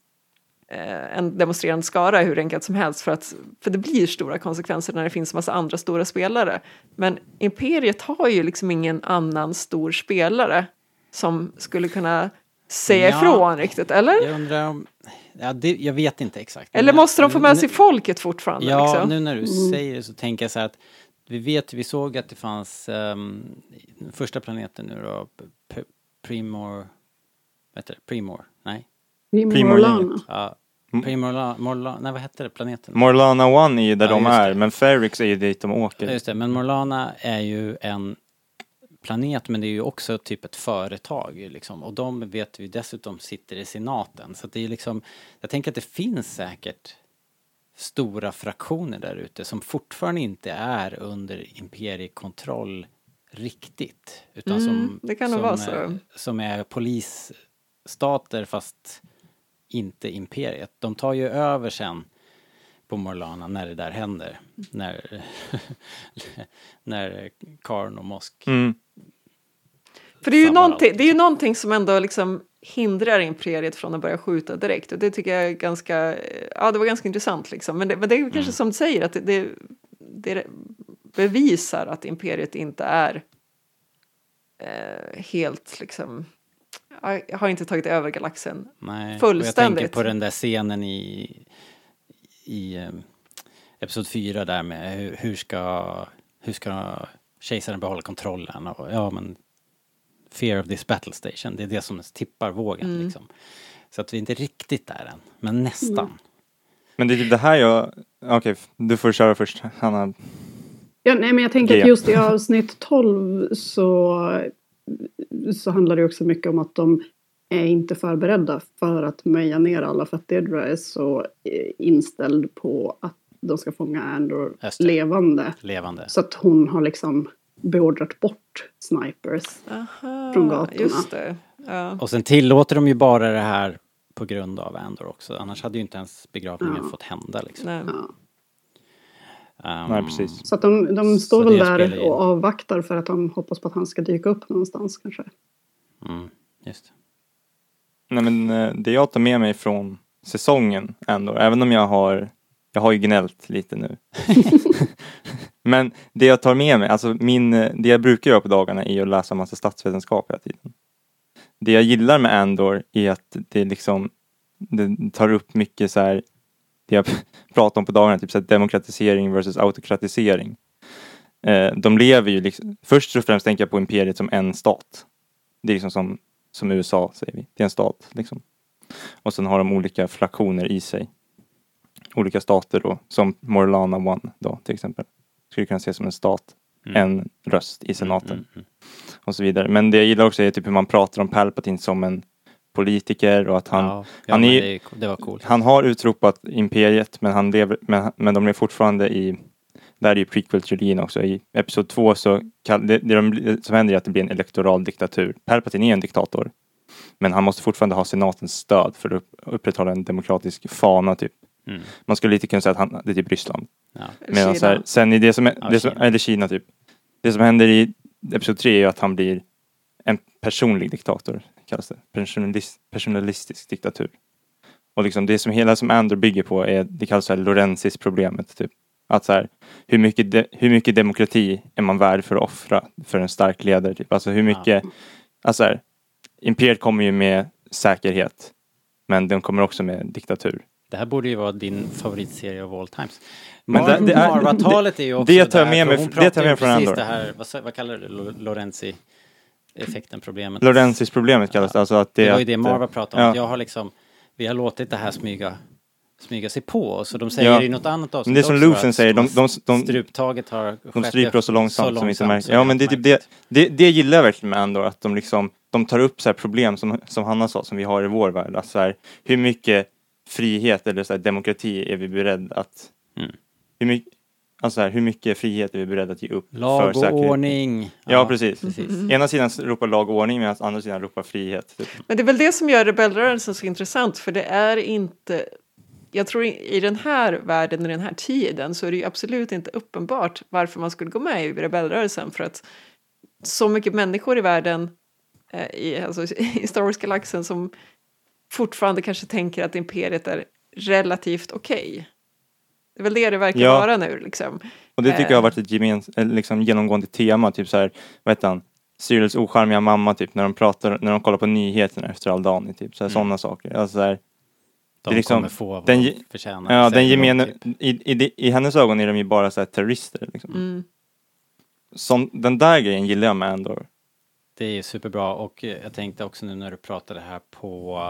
en demonstrerande skara hur enkelt som helst för att för det blir stora konsekvenser när det finns massa andra stora spelare. Men Imperiet har ju liksom ingen annan stor spelare som skulle kunna säga Ja. ifrån riktigt, eller? Jag undrar om... Ja, det, jag vet inte exakt. Eller måste de få med Nu- sig folket fortfarande? Ja, liksom? nu när du Mm. säger det så tänker jag så här att vi vet, vi såg att det fanns um, första planeten nu då, P- Primor, vad heter det? Primor? Nej. Primorlana. Ja, Primorla, Morla, nej vad hette det? Planeten? Morlana One är ju där Ja, de just är, det. men Ferrix är ju dit de Ja, åker. just det, men Morlana är ju en planet, men det är ju också typ ett företag liksom. Och de vet vi dessutom sitter i senaten. Så att det är liksom, jag tänker att det finns säkert stora fraktioner där ute som fortfarande inte är under imperiekontroll riktigt. Utan Mm, som, det kan nog som, vara så. är- som är polisstater fast inte imperiet. De tar ju över sen på Morlana när det där händer. När, när Karn och Mosk. Mm. För det är, ju Samma någonting, allt. det är ju någonting som ändå liksom hindrar imperiet från att börja skjuta direkt. Och det tycker jag är ganska, ja det var ganska intressant liksom. Men det, men det är kanske Mm. som du säger att det, det, det bevisar att imperiet inte är eh, helt liksom, jag har inte tagit över galaxen. Nej, Fullständigt. och jag tänker på den där scenen i, i eh, episod fyra där med hur, hur ska hur ska kejsaren behålla kontrollen och ja men fear of this battle station, det är det som tippar vågen Mm. liksom. Så att vi är inte riktigt där än, men nästan. Mm. Men det är typ det här jag... Okej, du får köra först, Hanna. Ja, nej, men jag tänker G. att just i avsnitt tolv så, så handlar det också mycket om att de är inte förberedda för att meja ner alla, för att Dedra är så eh, inställd på att de ska fånga Andor Just det. levande. Levande. Så att hon har liksom beordrat bort snipers Aha, från gatorna. just det. Ja. Och sen tillåter de ju bara det här på grund av Andor också. Annars hade ju inte ens begravningen Ja. fått hända liksom. Nej. Ja. Um, Nej, precis. Så att de, de står Så väl det spelar där in. och avvaktar för att de hoppas på att han ska dyka upp någonstans kanske. Mm, just. Nej, men eh, det jag tar med mig från säsongen ändå, även om jag har jag har ju gnällt lite nu. Men det jag tar med mig, alltså min, det jag brukar göra på dagarna är att läsa massa statsvetenskap hela tiden. Det jag gillar med Andor är att det liksom det tar upp mycket så här, det jag pratar om på dagarna, typ så här demokratisering versus autokratisering. Eh, de lever ju liksom, först och främst tänker jag på imperiet som en stat. Det är liksom som, som U S A säger vi, det är en stat liksom. Och sen har de olika fraktioner i sig. Olika stater då, som Morlana One då till exempel. Skulle kunna ses som en stat, Mm. en röst i senaten. Mm, mm, mm. Och så vidare. Men det jag gillar också är typ hur man pratar om Palpatine som en politiker och att han, Ja, ja, han, men är, det, är- det var coolt. han har utropat imperiet, men han lever, men, men de är fortfarande i, där är ju prequel-trilogin också. I episod två så kall, det, det de, som händer är att det blir en elektoral diktatur. Palpatine är en diktator, men han måste fortfarande ha senatens stöd för att upp, upprätthålla en demokratisk fana typ. Mm. Man skulle lite kunna säga att han, det är typ Ryssland. Ja. Medan så Kina. här, sen i det som, är, Ja, det som Kina. eller Kina typ. Det som händer i episod tre är ju att han blir en personlig diktator, kallas det. Personalist, personalistisk diktatur. Och liksom det som hela som Andor bygger på är, det kallas så här Lorenzis problemet typ. Att så här, hur mycket, de, hur mycket demokrati är man värd för att offra för en stark ledare typ. Alltså hur mycket, alltså här, imperiet kommer ju med säkerhet, men de kommer också med diktatur. Det här borde ju vara din favoritserie av all times. Men Mar- det- det är- Marva-talet är ju också det tar jag där, med för mig- hon det pratar tar jag ju med från precis Andor. det här, vad, sa- vad kallar du det? Lo- Lorenzi-effekten, problemet. Lorenzis problemet kallas det. Alltså att det, Det var ju att, det Marva pratade om. ja. Att jag har liksom, vi har låtit det här smyga, smyga sig på. Så de säger Ja. i något annat avsnitt Men det är som också Lucen att säger, de, de, de, struptaget har de skett stryper oss så långsamt, så som vi inte märker. så Ja, men det är typ det, märkligt. det, det gillar jag verkligen med Andor, att de liksom, de tar upp så här problem som, som Hanna sa, som vi har i vår värld. Alltså så här, hur mycket frihet eller så här, demokrati är vi beredda att, Mm. hur mycket, alltså här, hur mycket frihet är vi beredda att ge upp Lag för och säkerhet? ordning. Ja, precis. precis. Ena sidan ropar lag och ordning, medan andra sidan ropar frihet. Typ. Men det är väl det som gör rebellrörelsen så intressant, för det är inte, jag tror i i den här världen, i den här tiden, så är det ju absolut inte uppenbart varför man skulle gå med i rebellrörelsen, för att så mycket människor i världen, eh, i, alltså, i Star Wars-galaxen, som fortfarande kanske tänker att imperiet är relativt okej. Det är väl det det verkar Ja. vara nu liksom. Och det tycker Eh. jag har varit ett gemens, eller liksom genomgående tema, typ så här, vad heter han? Cyrils ocharmiga mamma typ när de pratar, när de kollar på nyheterna efter all dagen typ så här, mm. sådana saker. Alltså så här, de liksom, kommer få vad den, de förtjänar. Ja, den gemene, typ. i, i, i hennes ögon är de ju bara så här terrorister liksom. Mm. Som, den där grejen gillar jag med Andor. Det är superbra och jag tänkte också nu när du pratade här på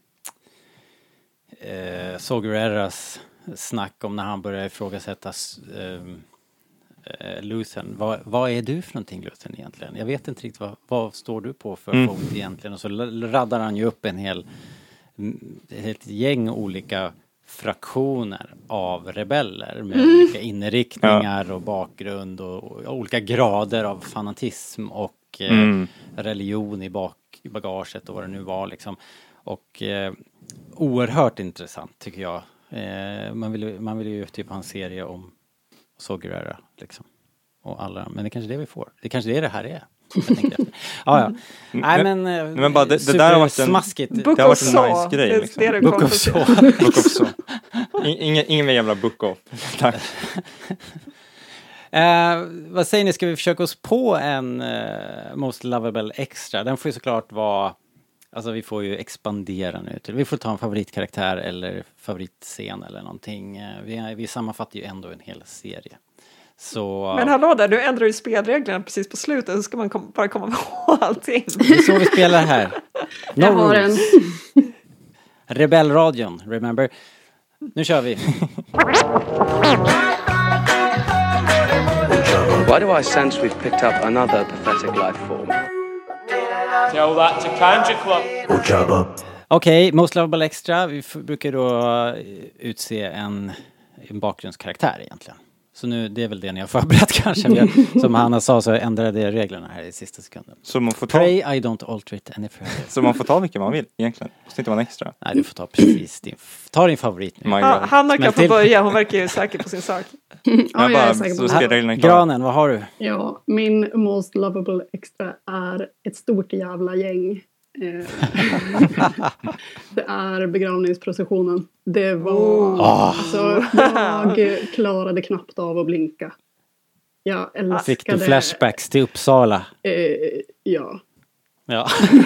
eh, Saw Gerreras snack om när han började ifrågasätta eh, eh, Luthen. Vad, vad är du för någonting Luthen egentligen? Jag vet inte riktigt vad, vad står du på för mm. fot egentligen. Och så raddar han ju upp en hel ett gäng olika fraktioner av rebeller med mm. olika inriktningar ja. och bakgrund och, och olika grader av fanatism och eh, mm. religion i bak, i bagaget och vad det nu var liksom. Och eh, oerhört intressant tycker jag. Eh, man vill man vill ju typ ha en serie om Saw Gerrera liksom. Och alla, men det är kanske det vi får. Det är kanske det det här är. Ja, ja. Nej men, men, men bara det, det där har varit en smaskigt. Det har varit en nice grej liksom. Det book of Saw. Book of Saw. Ingen ingen mer jävla book of. Tack. Uh, vad säger ni, ska vi försöka oss på en uh, Most Lovable Extra? Den får ju såklart vara, alltså vi får ju expandera nu till, vi får ta en favoritkaraktär eller favoritscen eller någonting. Uh, vi, vi sammanfattar ju ändå en hel serie. Så, men hallå där, nu ändrar ju spelreglerna precis på slutet, så ska man kom, bara komma på allting. Det är så vi spelar här. No Jag har en. Rebellradion, remember? Nu kör vi. Why do I sense we've picked up another pathetic life form? Tell that to Kanji Club. Okej, okay, Most Lovable Extra. Vi f- brukar då utse en, en bakgrundskaraktär egentligen. Så nu, det är väl det ni har förberett kanske. Som Hanna sa så ändrade jag reglerna här i sista sekunden. Så man får ta... Pray I don't alter it any further. Så man får ta vilken man vill egentligen. Måste inte vara en extra. Nej, du får ta precis din, ta din favorit nu. Ha, Hanna kan få börja, hon verkar ju säker på sin sak. Ja, jag är säker på så reglerna Granen, vad har du? Ja, min Most Lovable Extra är ett stort jävla gäng. Det är begravningsprocessionen. Det var oh. alltså, jag klarade knappt av att blinka. Jag älskade. Fick du flashbacks till Uppsala? Eh, ja. Ja.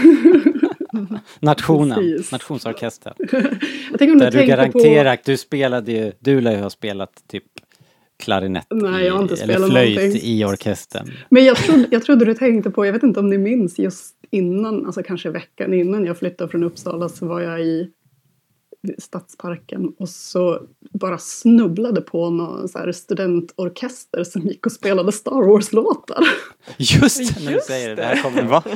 Nationen, precis. Nationsorkestern. Jag tänker om där du, du garanterar på... du spelade ju, du lär ju ha spelat typ klarinett. Nej, jag har inte i, spelat eller flöjt någonting. I orkestern. Men jag trodde, jag trodde du tänkte på, jag vet inte om ni minns just innan, alltså kanske veckan innan jag flyttade från Uppsala, så var jag i Stadsparken och så bara snubblade på någon så här studentorkester som gick och spelade Star Wars-låtar. Just det, när du säger det. Det här kommer va?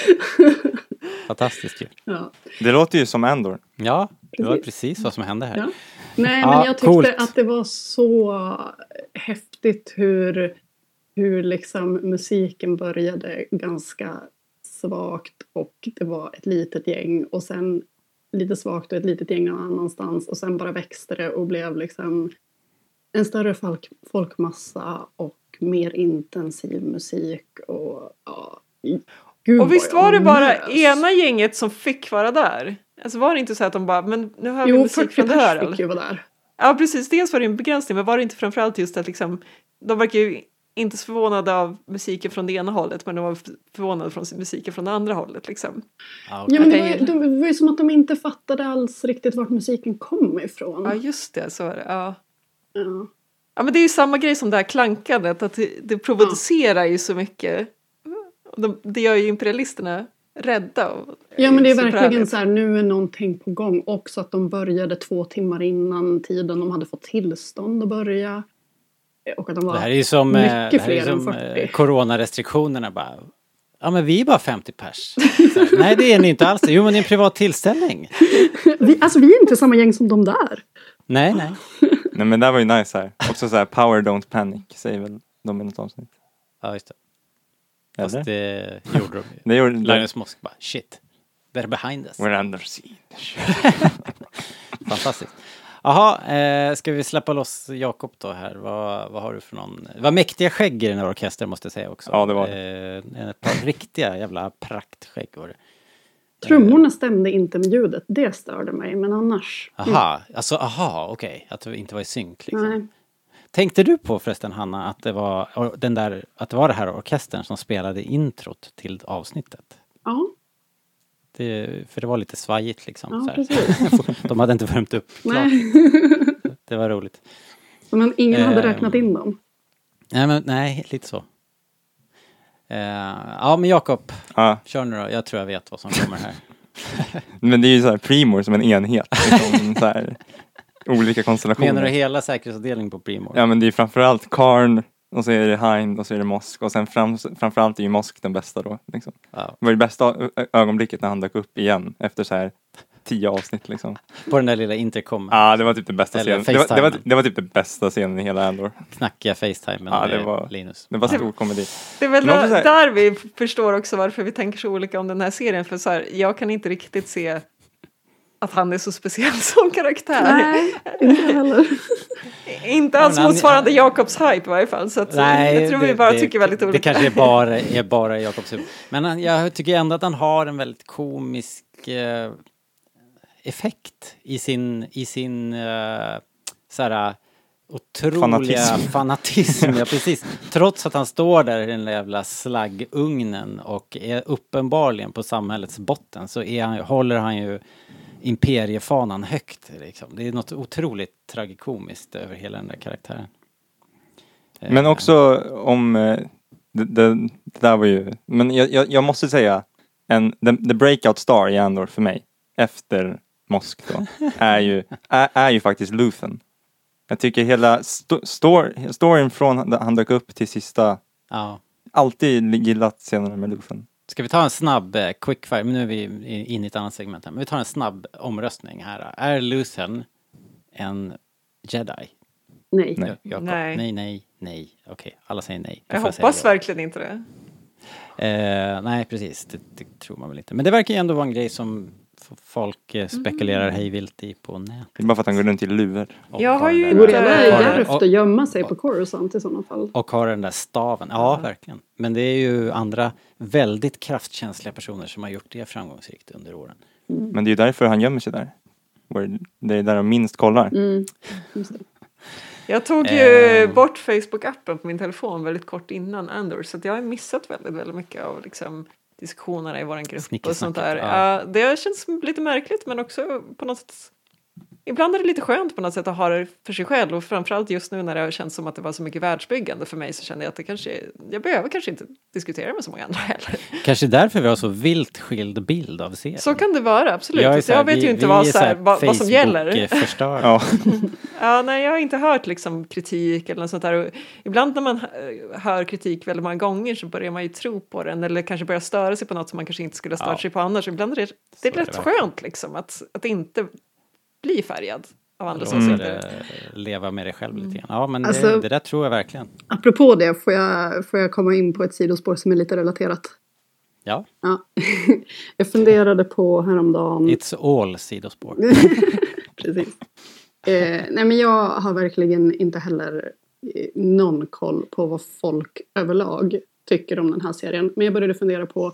Fantastiskt ju. Ja. Det låter ju som Andor. Ja, det var precis vad som hände här. Ja. Nej, ja, men jag tyckte coolt. Att det var så häftigt hur, hur liksom musiken började ganska svagt och det var ett litet gäng och sen lite svagt och ett litet gäng någon annanstans och sen bara växte det och blev liksom en större folk, folkmassa och mer intensiv musik och ja, gud. Och visst var det bara ena gänget som fick vara där? Alltså var det inte så att de bara, men nu har vi jo, musik från det här? Jo, fick ju vara där. Ja, precis. Dels var det en begränsning, men var det inte framförallt just att liksom, de verkar ju inte så förvånade av musiken från det ena hållet, men de var förvånade från musiken från det andra hållet liksom. Ja, men det var, det var ju som att de inte fattade alls riktigt vart musiken kom ifrån. Ja, just det, så är det. Ja. Ja. Ja, men det är ju samma grej som det här klankandet, att det, det provocerar ja. ju så mycket. De, det gör ju imperialisterna rädda. Och, ja, men det är verkligen så här, nu är någonting på gång. Också att de började två timmar innan tiden de hade fått tillstånd att börja. Och att de var det här är ju som, mycket det här fler är som än fyrtio. Coronarestriktionerna bara. Ja, men vi är bara femtio pers. Här, nej, det är ni inte alls. Jo, men det är en privat tillställning. vi, alltså, vi är inte samma gäng som de där. Nej, nej. Nej, men det var ju nice här. Också så här, power don't panic, säger väl de i något avsnitt. Ja, just det. Eller? Fast det gjorde de ju. Det gjorde Linus Mosk bara, shit. They're behind us. We're under siege. Fantastiskt. Jaha, eh, ska vi släppa loss Jakob då här? Vad, vad har du för någon? Det var mäktiga skägg i den här orkestern måste jag säga också. Ja, det var eh, ett par riktiga jävla praktskägg var det. Trummorna stämde inte med ljudet. Det störde mig, men annars... Aha, mm. alltså aha, okej. Okay. Att det inte var i synk liksom. Nej. Tänkte du på förresten, Hanna, att det var den där, att det var det här orkestern som spelade introt till avsnittet? Ja. Det, för det var lite svajigt liksom. Ja, så här. precis. De hade inte värmt upp klart. Nej. Det var roligt. Men ingen hade Eh, räknat in dem. Nej, men, nej lite så. Eh, ja, men Jakob, Ja. kör nu då. Jag tror jag vet vad som kommer här. Men det är ju så här Primor som en enhet. Liksom, så här, olika konstellationer. Menar du hela säkerhetsavdelningen på Primor? Ja, men det är framförallt Karn, och så är det Hind, och så är det Mosk. Och sen fram, framförallt är ju Mosk den bästa då. Liksom. Ja. Det var det bästa ö- ögonblicket när han dök upp igen efter så här tio avsnitt liksom. På den där lilla intercomen. Ja, det var typ det bästa Eller scenen. Det var, det, var, FaceTime. det var typ det bästa scenen i hela Andor. Knackiga FaceTime Ja, det med var, Linus. det var stor komedi. Det är väl Men också så här- där vi förstår också varför vi tänker så olika om den här serien. För så här, jag kan inte riktigt se att han är så speciell som karaktär. Nej, inte heller. Inte alls Ja, men han- motsvarande Jakobs hype i varje fall. Så att, Nej, jag tror vi det- bara det, tycker väldigt olika. Det kanske är bara, är bara Jakobs huvud. Men han, jag tycker ändå att han har en väldigt komisk eh, effekt i sin, i sin eh, såhär otroliga Fanatism. fanatism. Ja, precis. Trots att han står där i den där jävla slaggugnen och är uppenbarligen på samhällets botten, så är han, håller han ju imperiefanan högt. Liksom. Det är något otroligt tragikomiskt över hela den där karaktären. Men också om eh, det, det, det där var ju, men jag, jag, jag måste säga en, the, the breakout star i Andor för mig efter Mosk då är ju, är, är ju faktiskt Luthen. Jag tycker hela sto, stor, storyn från han dök upp till sista, Ja. alltid gillat scenerna med Luthen. Ska vi ta en snabb eh, quickfire? Men nu är vi inne i ett annat segment här. Men vi tar en snabb omröstning här. Är Luthen en Jedi? Nej. Nej. Jakob? Nej. nej, nej, nej. Okej, alla säger nej. Då Jag får hoppas säga verkligen inte det. ja. eh, Nej, precis. Det, det tror man väl inte. Men det verkar ju ändå vara en grej som f- folk eh, spekulerar hejvilt i på nätet. Det är bara för att han går runt i luvor. Och Jag har ju den Det inte- borde där- gärna och- djärvt och- att gömma sig på Coruscant i sådana fall. Och har den där staven. Ja, verkligen. Men det är ju andra väldigt kraftkänsliga personer som har gjort det framgångsrikt under åren. Men det är ju därför han gömmer sig där. Where- Det är där de minst kollar. Mm. Just det. Jag tog ju Ehm. bort Facebook-appen på min telefon väldigt kort innan Andor. Så att jag har missat väldigt, väldigt mycket av liksom, diskussionerna i vår grupp och sånt Snickesnacket, där. ja. Ja, det känns lite märkligt, men också på något sätt... Ibland är det lite skönt på något sätt att ha det för sig själv. Och framförallt just nu när det känns som att det var så mycket världsbyggande för mig, så kände jag att det kanske, jag behöver kanske inte diskutera med så många andra heller. Kanske därför vi har så vilt skild bild av serien. Så kan det vara, absolut. Jag är Jag, så här, vet vi- ju inte vi vad, är så här, vad, vad som gäller. Facebook-förstörare. Ja. Ja, nej, jag har inte hört liksom, kritik eller något sånt där. Och ibland när man eh, hör kritik väldigt många gånger så börjar man ju tro på den. Eller kanske börja störa sig på något som man kanske inte skulle störa Ja. sig på annars. Ibland är det, det är Så är rätt det verkligen. skönt liksom, att, att inte bli färgad av andras Låta åsikter. det leva med dig själv lite grann. Ja, men Alltså- det, det där tror jag verkligen. Apropå det, får jag, får jag komma in på ett sidospår som är lite relaterat? Ja, Ja. Jag funderade på häromdagen... it's all sidospår. Precis. Eh, nej men jag har verkligen inte heller eh, någon koll på vad folk överlag tycker om den här serien. Men jag började fundera på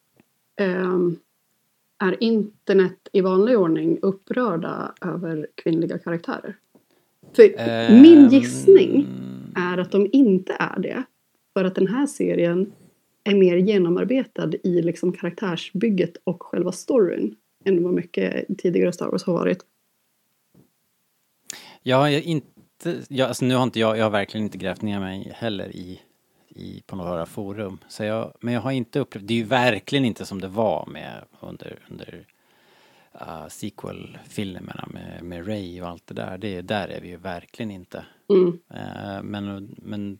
ehm, är internet i vanlig ordning upprörda över kvinnliga karaktärer? För Ehm. min gissning är att de inte är det. För att den här serien är mer genomarbetad i liksom karaktärsbygget och själva storyn än vad mycket tidigare Star Wars har varit. Jag har ju inte, jag, alltså nu har inte jag, jag har verkligen inte grävt ner mig heller i, i på några forum. Så jag, men jag har inte upplevt, det är ju verkligen inte som det var med under, under uh, sequel-filmerna med, med Rey och allt det där. Det, där är vi ju verkligen inte. Mm. Uh, men, men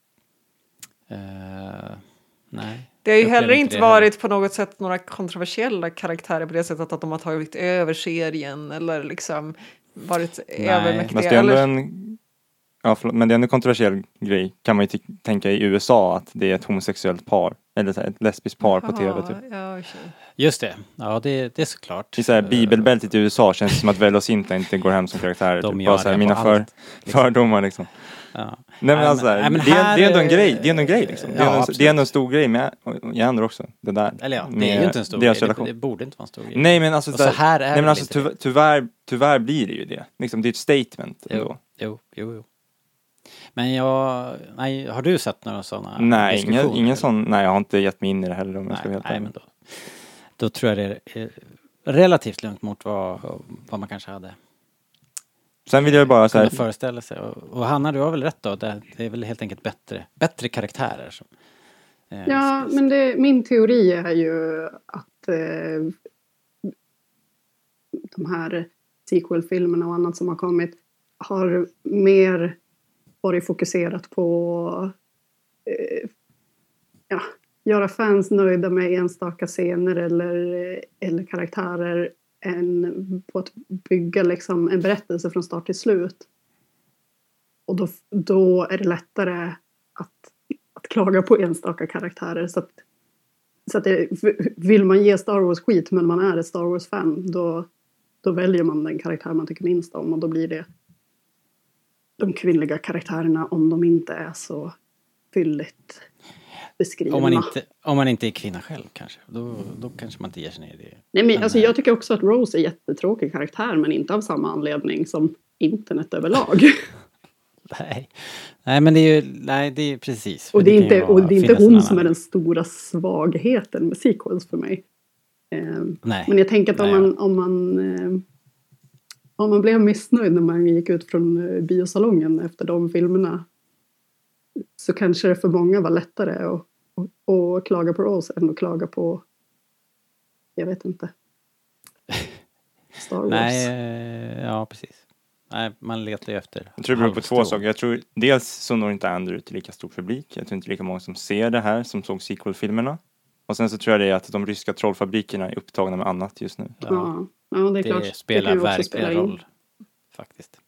uh, nej. Det har ju Jag heller upplever inte det varit på något sätt några kontroversiella karaktärer på det sättet att de har tagit över serien eller liksom varit övermäktiga. Fast det är ändå Eller, en, ja, förlåt, men det är ändå en kontroversiell grej kan man ju ty- tänka i U S A att det är ett homosexuellt par eller så här, ett lesbiskt par på tv typ. Ja, okej. Just det, ja det, det är såklart. I så här bibelbältet i U S A känns det som att Velocinta inte går hem som karaktär. De typ. gör Bara så här, det mina på för, allt, liksom. fördomar liksom. Ja. Nej men Nej, alltså, men- här, nej, men det, är, här det är ändå en är- grej, det är ändå en grej liksom. Det är, Ja, ändå, absolut. det är ändå en stor grej med Jänder också, det där. Eller ja, det med är ju inte en stor grej. deras Det, relation. det borde inte vara en stor grej. Nej men alltså, Och så så här, här är nej, men det alltså lite tyvärr, tyvärr, tyvärr blir det ju det. Liksom, det är ett statement Jo, ändå. jo, jo, jo. Men jag, nej, har du sett några sådana? Nej, ingen, ingen sån, nej, jag har inte gett mig in i det heller om jag nej, ska veta. Nej, men då, då tror jag det är relativt lugnt mot vad, vad man kanske hade. Sen vill jag bara så här... föreställa sig. Och, och Hanna, du har väl rätt då? Det, det är väl helt enkelt bättre, bättre karaktärer. Som, eh, ja, så, men det, min teori är ju att eh, de här sequel-filmerna och annat som har kommit har mer varit fokuserat på eh, ja, göra fans nöjda med enstaka scener eller, eller karaktärer än på att bygga liksom en berättelse från start till slut. Och då, då är det lättare att, att klaga på enstaka karaktärer. Så att, så att det, vill man ge Star Wars skit men man är ett Star Wars-fan, då, då väljer man den karaktär man tycker minst om. Och då blir det de kvinnliga karaktärerna om de inte är så fylligt beskrivna. Om man inte, om man inte är kvinna själv kanske. Då, då kanske man inte ger sig ner i det. Nej, men, alltså, jag tycker också att Rose är jättetråkig karaktär, men inte av samma anledning som internet överlag. nej. nej, men det är ju nej, det är precis. Och det är inte, och det är inte hon som är annan. den stora svagheten med sequels för mig. Eh, nej. Men jag tänker att om nej, man, om man eh, om man blev missnöjd när man gick ut från biosalongen efter de filmerna, så kanske det för många var lättare att, att, att klaga på Rose än att klaga på, jag vet inte, Star Wars. Nej, ja precis. Nej, man letar ju efter. Jag tror det beror på två saker. Jag tror dels så når inte Andrew till lika stor publik. Jag tror inte lika många som ser det här som såg sequel-filmerna. Och sen så tror jag det är att de ryska trollfabrikerna är upptagna med annat just nu. Ja, ja det är klart. Det spelar det verkligen spela roll. Faktiskt.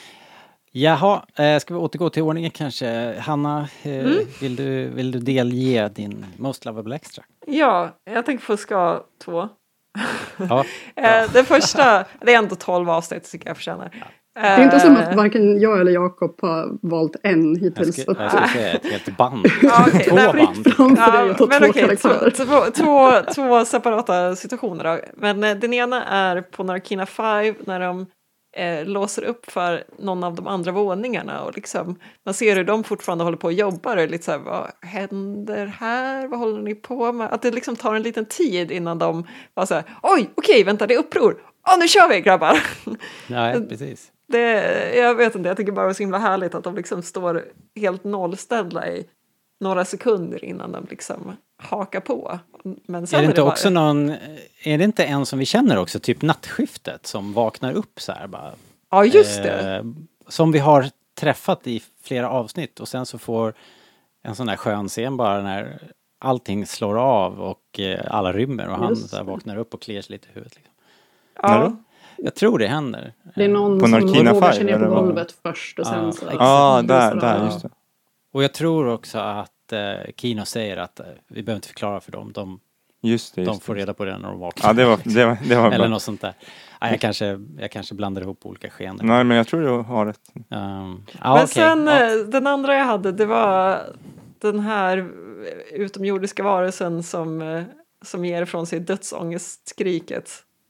Jaha, eh, ska vi återgå till ordningen kanske? Hanna, eh, mm. vill, du, vill du delge din Most Lovable Extra? Ja, jag tänker fuska två. Ja. eh, det första, det är ändå tolv avsnitt tycker jag förtjänar. Ja. Det är inte som att varken jag eller Jakob har valt en hittills. Jag ska, jag ska säga ett helt band. Ja, okay. Två Nej, band. Ja, men okej, två, två, två, två separata situationer då. Men eh, den ena är på Narkina fem när de eh, låser upp för någon av de andra våningarna. Och liksom, man ser hur de fortfarande håller på och jobbar. Och lite så här, vad händer här? Vad håller ni på med? Att det liksom tar en liten tid innan de bara så här, oj, okej, vänta, det är uppror. Åh, nu kör vi, grabbar! Nej, precis. Det, jag vet inte, jag tycker bara det är så himla härligt att de liksom står helt nollställda i några sekunder innan de liksom hakar på. Men sen är det inte är det också bara... någon, är det inte en som vi känner också, typ Nattskiftet, som vaknar upp så här bara? Ja, just det. Eh, som vi har träffat i flera avsnitt och sen så får en sån där skön scen bara när allting slår av och eh, alla rymmer och han så här vaknar upp och kliar sig lite i huvudet. Liksom. Ja. Jag tror det händer. Det är någon på som vågar sig ner på eller golvet först och sen ja, så... Ja, ah, där, där, just det. Och jag tror också att eh, Kino säger att eh, vi behöver inte förklara för dem. De, just det, just de får reda på det när de vaknar. Ja, det var, det var, det var eller bra. något sånt där. Ja, jag, kanske, jag kanske blandar ihop olika skeenden. Nej, men jag tror du har rätt. Um, ja, men okay. sen, ja. den andra jag hade, det var den här utomjordiska varelsen som, som ger ifrån sig dödsångestskriket.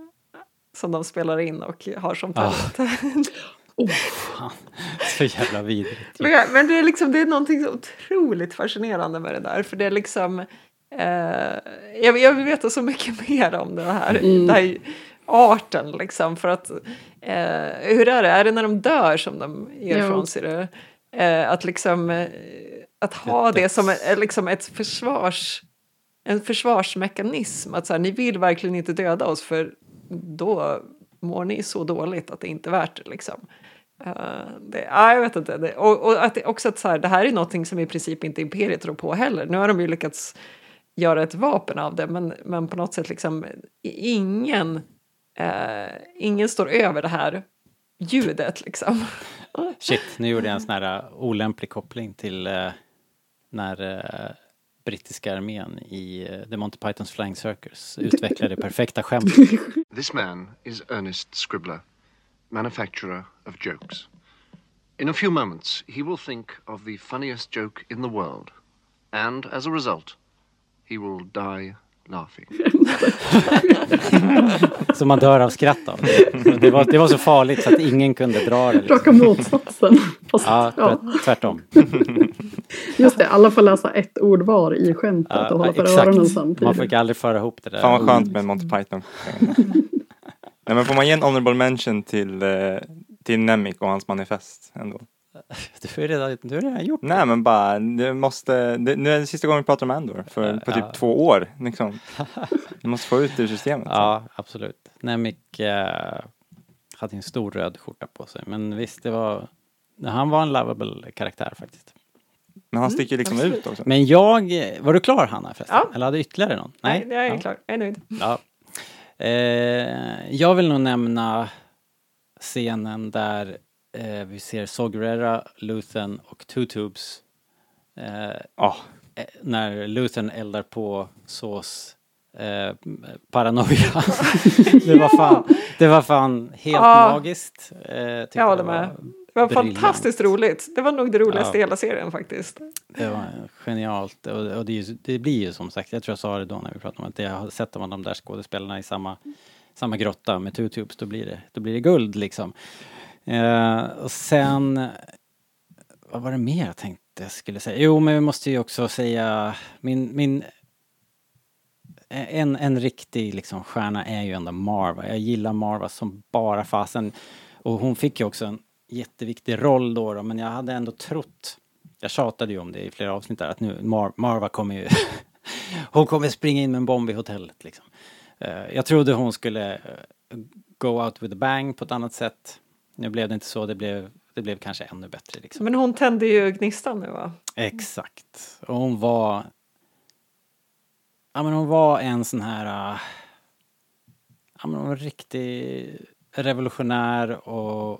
Som de spelar in och har som tält. Oh. Så jävla vidrigt. Men, men det är liksom, det är någonting så otroligt fascinerande med det där. För det är liksom, eh, jag, jag vill veta så mycket mer om det här, mm. det här arten liksom. För att, eh, hur är det? Är det när de dör som de ger ja. från sig det? Eh, att liksom, eh, att ha det som ett, liksom ett försvars, en försvarsmekanism. Att så här, ni vill verkligen inte döda oss för då mår ni så dåligt att det inte är värt det liksom. Uh, det, ja, jag vet inte. Det, och, och att det, också att så här, det här är någonting som i princip inte Imperiet rår på heller. Nu har de ju lyckats göra ett vapen av det, men, men på något sätt liksom ingen uh, ingen står över det här ljudet liksom. Shit, nu gjorde jag en sån här olämplig koppling till uh, när uh, brittiska armén i uh, The Monty Python's Flying Circus utvecklade perfekta skämt. This man is Ernest Scribbler, manufacturer of jokes. In a few moments, he will think of the funniest joke in the world, and as a result, he will die laughing. Så man dör av skratt av det. Det var, det var så farligt så att ingen kunde dra det. Liksom. Raka motsatsen. Fast, ja, ja, tvärtom. Just det, alla får läsa ett ord var i skämtet ja, och hålla för öronen samtidigt. Man fick aldrig föra ihop det där. Fan vad skönt med Monty Python. Nej, men får man ge en honorable mention till, till Nemik och hans manifest ändå? Du har ju redan, du har redan gjort det. Nej, men bara, det måste, det, nu är det sista gången vi pratar om Andor, för, på typ ja. två år, liksom. Du måste få ut det ur systemet. Ja, absolut. Nemik eh, hade en stor röd skjorta på sig, men visst, det var, han var en lovable karaktär faktiskt. Men han sticker liksom mm, ut också. Men jag, var du klar Hanna förresten? Ja. Eller hade du ytterligare någon? Nej, Nej jag är ja. klar, jag är nöjd. Ja. Eh, jag vill nog nämna scenen där Eh, vi ser Saw Gerrera, Luthen och Two Tubes eh, oh. eh, när Luthen eldar på Saws eh, paranoia. det, var fan, det var fan helt ah. magiskt. Eh, jag håller med. Det var brilliant. Fantastiskt roligt. Det var nog det roligaste i ja. hela serien faktiskt. Det var genialt. Och, och det, ju, det blir ju som sagt, jag tror jag sa det då när vi pratade om att jag har sett man de där skådespelarna i samma, samma grotta med Two Tubes, då blir det, då blir det guld liksom. Uh, och sen vad var det mer jag tänkte jag skulle säga? Jo, men vi måste ju också säga min, min en, en riktig liksom stjärna är ju ändå Marva. Jag gillar Marva som bara fasen, och hon fick ju också en jätteviktig roll då, då men jag hade ändå trott, jag tjatade ju om det i flera avsnitt där, att nu Mar- Marva kommer ju hon kommer springa in med en bomb i hotellet liksom. Uh, jag trodde hon skulle uh, go out with a bang på ett annat sätt. Nu blev det inte så, det blev, det blev kanske ännu bättre. Liksom. Men hon tände ju gnistan nu, va? Exakt. Och hon var... Ja, men hon var en sån här... Uh, ja, men hon var riktigt revolutionär och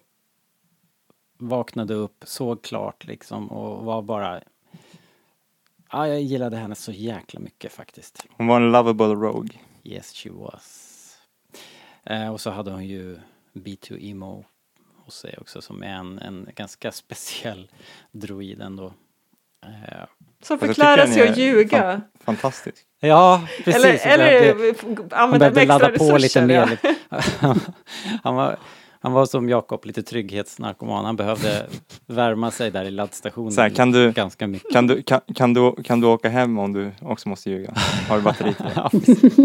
vaknade upp, såg klart liksom och var bara... Ja, jag gillade henne så jäkla mycket faktiskt. Hon var en lovable rogue. Yes, she was. Uh, och så hade hon ju B två Emo hos sig också, som är en, en ganska speciell droid ändå. Uh, som förklarar sig att ljuga. Fan, fantastisk. Ja, precis. Eller, eller använda med extra ladda på lite mer. han, var, han var som Jakob, lite trygghetsnarkoman. Han behövde värma sig där i laddstationen. Så här, kan du, ganska mycket. Kan du, kan, kan, du, kan du åka hem om du också måste ljuga? Har du batteri till det? Ja,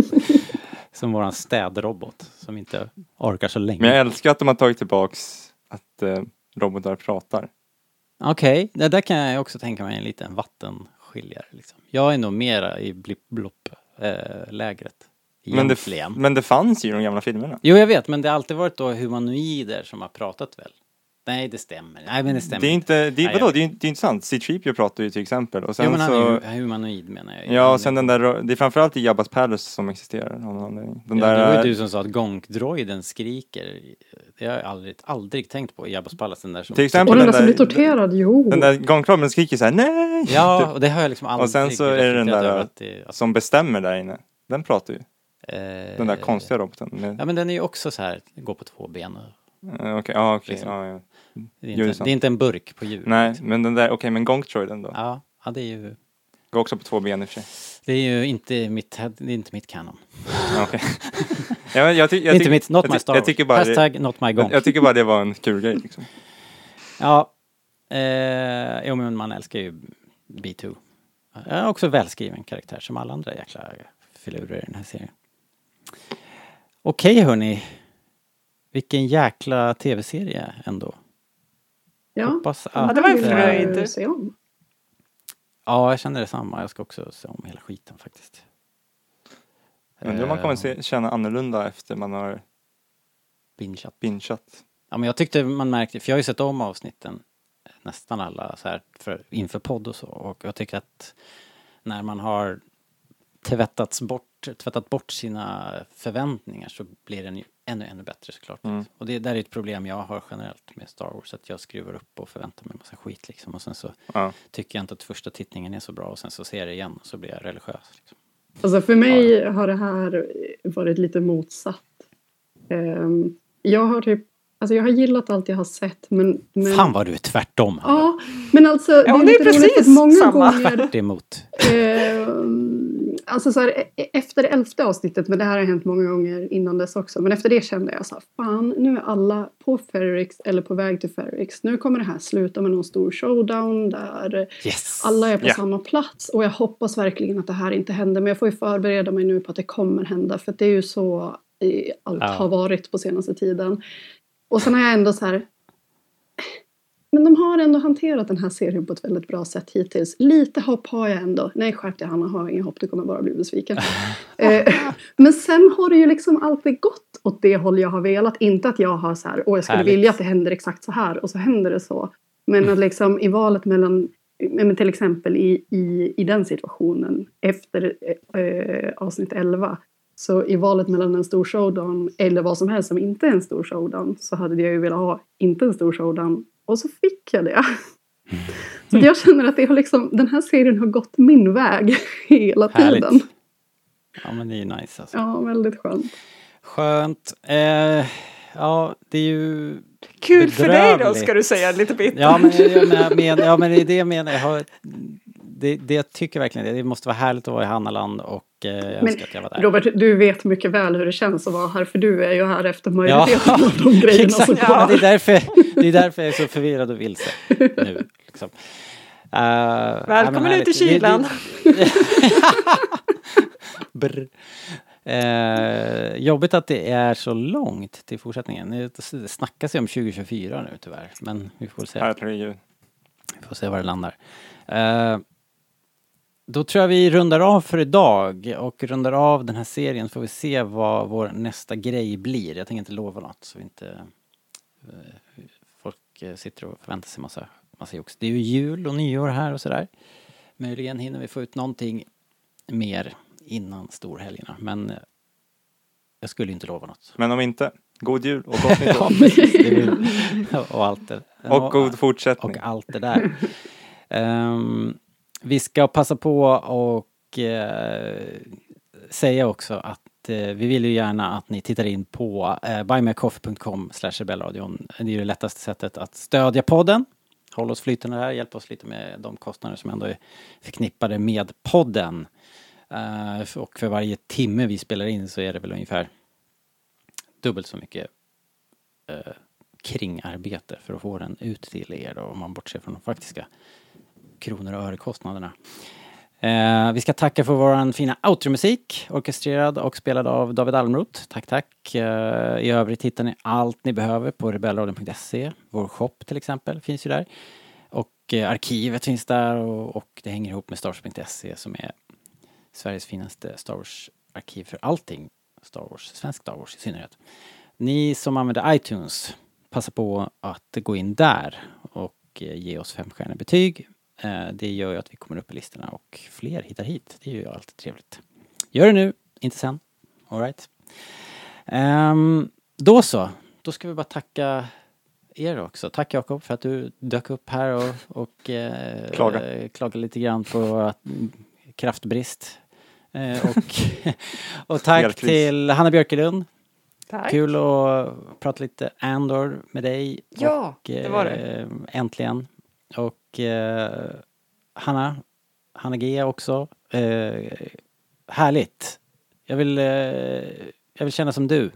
som våran städrobot som inte orkar så länge. Men jag älskar att de har tagit tillbaks att eh, robotar pratar. Okej, okay. Det där kan jag också tänka mig en liten vattenskiljare. Liksom. Jag är nog mera i blipp-blopp-lägret. Eh, men, det, men det fanns ju i de gamla filmerna. Jo, jag vet, men det har alltid varit då humanoider som har pratat väl. Nej, det stämmer. Nej, men det stämmer. Det är inte, det är, vadå, det är, det är inte sant. C tre P O pratar ju till exempel. Och sen jo, men han så, är ju humanoid menar jag. Ja, och sen den där, det är framförallt i Jabba's Palace som existerar. Den ja, där, det var ju du som sa att Gonk-droiden skriker. Det har jag aldrig, aldrig tänkt på i Jabba's Palace. Den där som, till exempel och den, den där som blir torterad, jo. Den där Gonk-droiden skriker så här, nej! Ja, och det har jag liksom aldrig. Och sen så är det den där att det, att som bestämmer där inne. Den pratar ju. Eh, den där konstiga roboten. Med... Ja, men den är ju också så här, går på två ben. Uh, okej, okay, ah, okej. Okay. Liksom. Ah, ja. Det är, inte, det är inte en burk på djur. Nej, liksom. men den där, okej, okay, men Gonk-droiden då? Ja, ja, det är ju... Går också på två ben i och för sig. Det är ju inte mitt, det är inte mitt kanon. Okej. ja, jag ty- jag ty- inte mitt, not my star. Jag bara Hashtag det, not my Gonk. Jag, jag tycker bara det var en kul grej liksom. Ja, eh, jo, men man älskar ju B två. Jag är också välskriven karaktär som alla andra jäkla filurer i den här serien. Okej, okay, hörni. Vilken jäkla tv-serie ändå. Ja, hoppas att, ja det var en fröjd. Se om. Ja, jag känner detsamma. Jag ska också se om hela skiten faktiskt. Undrar om man kommer se, känna annorlunda efter man har bingeat. bingeat. Ja, men jag tyckte man märkte, för jag har ju sett om avsnitten nästan alla så här för, inför podd och så. Och jag tycker att när man har tvättats bort, tvättat bort sina förväntningar så blir den ju ännu, ännu bättre såklart. Mm. Och det där är ett problem jag har generellt med Star Wars, att jag skruvar upp och förväntar mig en massa skit liksom. Och sen så ja. tycker jag inte att första tittningen är så bra och sen så ser jag det igen och så blir jag religiös. Liksom. Alltså för mig ja. har det här varit lite motsatt. Um, jag har typ, alltså jag har gillat allt jag har sett, men... men... Fan vad du är tvärtom. Ja, men alltså ja, det är, det är lite precis roligt att många samma. gånger... Tvärt emot. Um, alltså så här, efter det elfte avsnittet, men det här har hänt många gånger innan dess också, men efter det kände jag så här, fan, nu är alla på Ferrix eller på väg till Ferrix. Nu kommer det här sluta med någon stor showdown där yes. alla är på yeah. samma plats, och jag hoppas verkligen att det här inte händer, men jag får ju förbereda mig nu på att det kommer hända, för att det är ju så allt ja. har varit på senaste tiden. Och sen har jag ändå så här, men de har ändå hanterat den här serien på ett väldigt bra sätt hittills. Lite hopp har jag ändå. Nej, skärp dig, Hanna, har ingen hopp. Du kommer bara bli besviken. eh, men sen har det ju liksom alltid gått åt det håll jag har velat. Inte att jag har så här, åh jag skulle Härligt. vilja att det händer exakt så här. Och så händer det så. Men att liksom i valet mellan, men till exempel i, i, i den situationen efter eh, avsnitt elva. Så i valet mellan en stor showdown eller vad som helst som inte är en stor showdown, så hade jag ju velat ha inte en stor showdown. Och så fick jag det. Så jag känner att det har liksom, den här serien har gått min väg hela Härligt. tiden. Ja, men det är ju nice alltså. Ja, väldigt skönt. Skönt. Eh, ja, det är ju kul bedrövligt. För dig då, ska du säga lite bittert. Ja, men, jag men, men, ja, men det är det jag menar. Jag har, det, det jag tycker verkligen det. Det måste vara härligt att vara i Hannaland, och eh, jag men, önskar att jag var där. Robert, du vet mycket väl hur det känns att vara här, för du är ju här efter majoriteten ja, av de grejerna exakt, som ja. Det, är därför, det är därför jag är så förvirrad och vilse nu. Liksom. Uh, Välkommen ut i kylan. Brr. Eh, jobbigt att det är så långt till fortsättningen. Det snackas ju om tjugo tjugofyra nu tyvärr, men vi får se. Herregud. Vi får se var det landar. Eh, då tror jag vi rundar av för idag, och rundar av den här serien får vi se vad vår nästa grej blir. Jag tänker inte lova något, så inte eh, folk sitter och förväntar sig massa, massa jox. Det är ju jul och nyår här och sådär. Möjligen hinner vi få ut någonting mer innan storhelgerna, men jag skulle inte lova något. Men om inte, god jul och gott nytt år. Ja, och allt det. Och, och god fortsättning. Och allt det där. um, vi ska passa på och uh, säga också att uh, vi vill ju gärna att ni tittar in på uh, buymeacoffee punkt com slash rebellradion. Det är ju det lättaste sättet att stödja podden. Håll oss flytande här, hjälp oss lite med de kostnader som ändå är förknippade med podden. Uh, och för varje timme vi spelar in så är det väl ungefär dubbelt så mycket uh, kringarbete för att få den ut till er då, om man bortser från de faktiska kronor och örekostnaderna. Uh, vi ska tacka för vår fina outro-musik, orkestrerad och spelad av David Almroth. Tack, tack. Uh, I övrigt hittar ni allt ni behöver på rebellradion punkt se. Vår shop till exempel finns ju där. Och uh, arkivet finns där, och, och det hänger ihop med Star Wars punkt se som är Sveriges finaste Star Wars-arkiv för allting Star Wars, svensk Star Wars i synnerhet. Ni som använder iTunes, passa på att gå in där och ge oss femstjärniga betyg. Det gör ju att vi kommer upp i listorna och fler hittar hit. Det är ju alltid trevligt. Gör det nu, inte sen. All right. Um, då så, då ska vi bara tacka er också. Tack Jakob för att du dök upp här och, och eh, klaga. klaga lite grann på att kraftbrist. Eh, och, och tack Elkris. Till Hanna Björkelund. Tack. Kul att prata lite Andor med dig. Ja, och, det var det. Eh, äntligen. Och eh, Hanna, Hanna G också. Eh, härligt. Jag vill, eh, jag vill känna som du.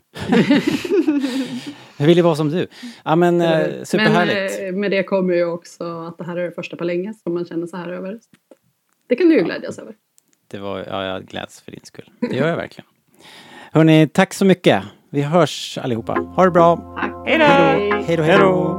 Jag vill ju vara som du. Ja, men eh, superhärligt. Men med det kommer ju också att det här är det första på länge som man känner så här över. Det kan du ju glädjas över. Det var, ja, jag gläds för din skull. Det gör jag verkligen. Hörrni, tack så mycket. Vi hörs allihopa. Ha det bra. Tack. Hej då. Hej då. Hej då.